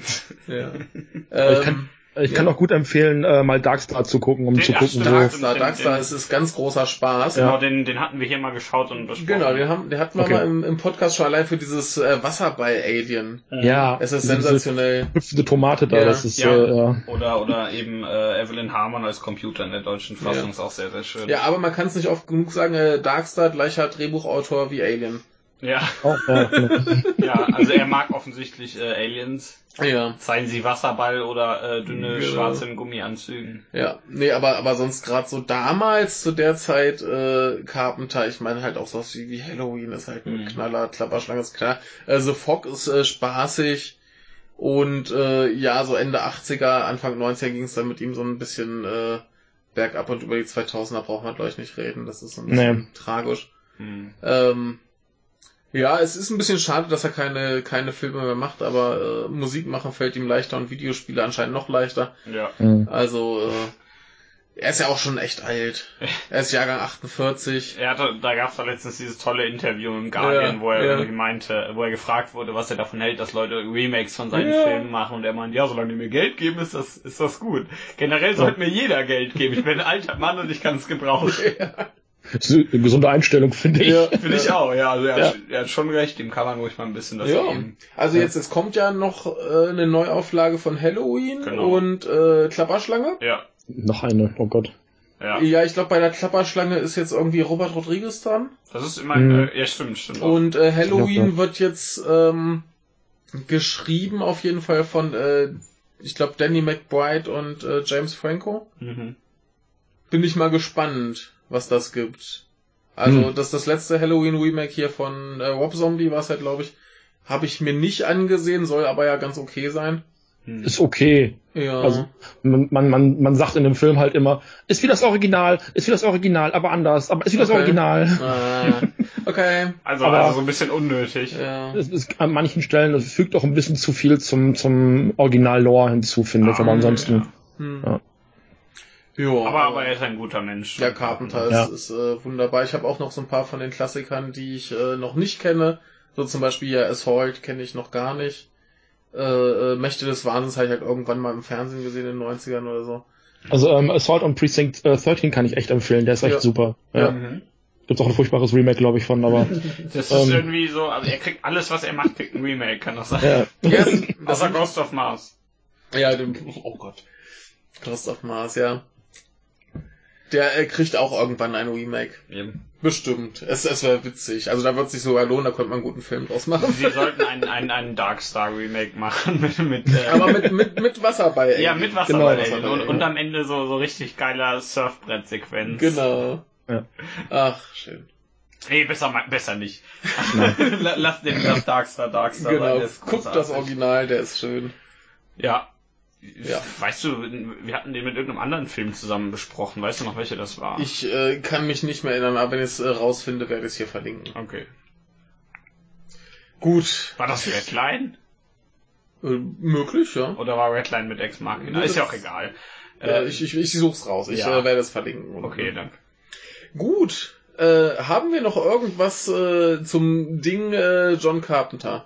ja. ähm, ich kann, ich kann ja. auch gut empfehlen, äh, mal Darkstar zu gucken, um den, zu gucken, wo... Darkstar, Darkstar ist, ist ganz großer Spaß. Genau, ja. den, den hatten wir hier mal geschaut und besprochen. Genau, den, haben, den hatten wir okay. mal im, im Podcast schon allein für dieses äh, Wasserball-Alien. Ja. Es ist sensationell. Hüpfende Tomate da, ja. das ist, ja. Äh, ja. Oder, oder eben äh, Evelyn Harmon als Computer in der deutschen Fassung ja. ist auch sehr, sehr schön. Ja, aber man kann es nicht oft genug sagen, äh, Darkstar gleicher Drehbuchautor wie Alien. Ja. Oh, ja, ja, also er mag offensichtlich äh, Aliens. Ja. Seien sie Wasserball oder äh, dünne genau. Schwarze in Gummianzügen. Ja, nee, aber aber sonst gerade so damals zu der Zeit äh, Carpenter, ich meine halt auch sowas wie, wie Halloween ist halt ein mhm. Knaller, Klapperschlange ist klar. Also Fog ist äh, spaßig und äh, ja, so Ende achtziger, Anfang neunziger ging es dann mit ihm so ein bisschen äh, bergab und über die zweitausender braucht man glaube ich nicht reden, das ist so ein bisschen nee. tragisch. Mhm. Ähm, Ja, es ist ein bisschen schade, dass er keine keine Filme mehr macht, aber äh, Musik machen fällt ihm leichter und Videospiele anscheinend noch leichter. Ja. Mhm. Also äh, er ist ja auch schon echt alt. Er ist Jahrgang achtundvierzig. Er hatte, da gab es doch letztens dieses tolle Interview im Guardian, ja, wo er ja. irgendwie meinte, wo er gefragt wurde, was er davon hält, dass Leute Remakes von seinen ja. Filmen machen und er meinte, ja, solange die mir Geld geben, ist das ist das gut. Generell sollte ja. mir jeder Geld geben. Ich bin ein alter Mann und ich kann es gebrauchen. Ja. Das ist eine gesunde Einstellung, finde ich. Ja, finde ich auch, ja. Also er, ja. Hat, er hat schon recht, dem kann man ruhig mal ein bisschen das ja. geben. Also ja. jetzt, es kommt ja noch äh, eine Neuauflage von Halloween genau. und äh, Klapperschlange. Ja. Noch eine, oh Gott. Ja, ja ich glaube, bei der Klapperschlange ist jetzt irgendwie Robert Rodriguez dran. Das ist immer, mhm. äh, ja stimmt, stimmt. Auch. Und äh, Halloween ja. wird jetzt ähm, geschrieben auf jeden Fall von, äh, ich glaube, Danny McBride und äh, James Franco. Mhm. Bin ich mal gespannt, was das gibt. Also hm. das das letzte Halloween Remake hier von äh, Rob Zombie war es halt, glaube ich, habe ich mir nicht angesehen, soll aber ja ganz okay sein. Hm. Ist okay. Ja. Also man man man man sagt in dem Film halt immer, ist wie das Original, ist wie das Original, aber anders, aber ist wie das okay. Original. Ah, okay. Also, aber also so ein bisschen unnötig. Ja. Es ist an manchen Stellen, das fügt auch ein bisschen zu viel zum zum Original Lore hinzu, finde ich, ah, aber ansonsten. Ja. Hm. Ja. Jo, aber, aber er ist ein guter Mensch. Der Carpenter ja. ist, ist äh, wunderbar. Ich habe auch noch so ein paar von den Klassikern, die ich äh, noch nicht kenne. So zum Beispiel ja Assault kenne ich noch gar nicht. Äh, äh, Mächte des Wahnsinns habe ich halt irgendwann mal im Fernsehen gesehen in den neunzigern oder so. Also ähm, Assault on Precinct äh, dreizehn kann ich echt empfehlen, der ist echt ja. super. Ja. Ja. Mhm. Gibt's auch ein furchtbares Remake, glaube ich, von, aber... Das ist ähm, irgendwie so, also er kriegt alles, was er macht, kriegt ein Remake, kann das sein? Ja. Ja, außer Ghost of Mars. Ja, dem, oh Gott. Ghost of Mars, ja. Der äh, kriegt auch irgendwann ein Remake. Eben. Bestimmt. Es, es wäre witzig. Also da wird sich sogar lohnen, da könnte man einen guten Film draus machen. Sie sollten einen, einen, einen Darkstar Remake machen mit, mit äh, aber mit, mit, mit Wasserball. Ja, mit Wasserball. Genau, Wasserball und, und am Ende so, so richtig geiler Surfbrett-Sequenz. Genau. Ja. Ach, schön. Nee, besser, besser nicht. Lass den das Darkstar Darkstar genau. sein. Guck das Original, der ist schön. Ja. Ja. Weißt du, wir hatten den mit irgendeinem anderen Film zusammen besprochen. Weißt du noch, welcher das war? Ich äh, kann mich nicht mehr erinnern, aber wenn ich es äh, rausfinde, werde ich es hier verlinken. Okay. Gut. War das Redline? Äh, möglich, ja. Oder war Redline mit Ex Machina? Ja, ist ja auch egal. Äh, ich ich, ich such's raus. Ich ja. äh, werde es verlinken. Okay, danke. Gut. Äh, haben wir noch irgendwas äh, zum Ding äh, John Carpenter?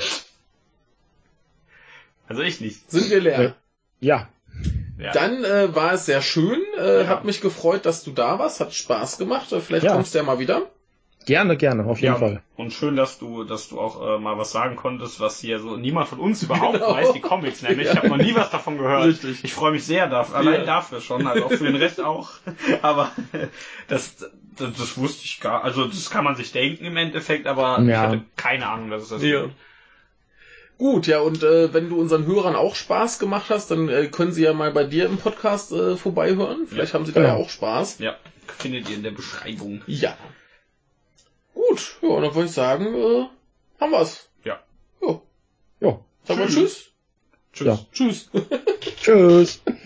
Also ich nicht. Sind wir leer? Ja. Ja. Dann äh, war es sehr schön. Äh, Ja. Hat mich gefreut, dass du da warst. Hat Spaß gemacht. Äh, Vielleicht Ja. kommst du ja mal wieder. Gerne, gerne, auf jeden Ja, Fall. und schön, dass du, dass du auch äh, mal was sagen konntest, was hier so niemand von uns überhaupt Genau. weiß, die Comics nämlich. Ja. Ich habe noch nie was davon gehört. Richtig. Ich freue mich sehr dafür, allein Ja. dafür schon, also auch für den Rest auch. Aber das, das, das wusste ich gar, also das kann man sich denken im Endeffekt, aber Ja. ich hatte keine Ahnung, dass es das Ja. gibt. Gut, ja, und äh, wenn du unseren Hörern auch Spaß gemacht hast, dann äh, können sie ja mal bei dir im Podcast äh, vorbeihören. Vielleicht Ja. haben sie da Genau. ja auch Spaß. Ja, findet ihr in der Beschreibung. Ja. Gut, ja, dann würde ich sagen, äh, haben wir's. Ja. Jo. Ja. Sagen wir Tschüss. Tschüss. Ja. Tschüss. Tschüss.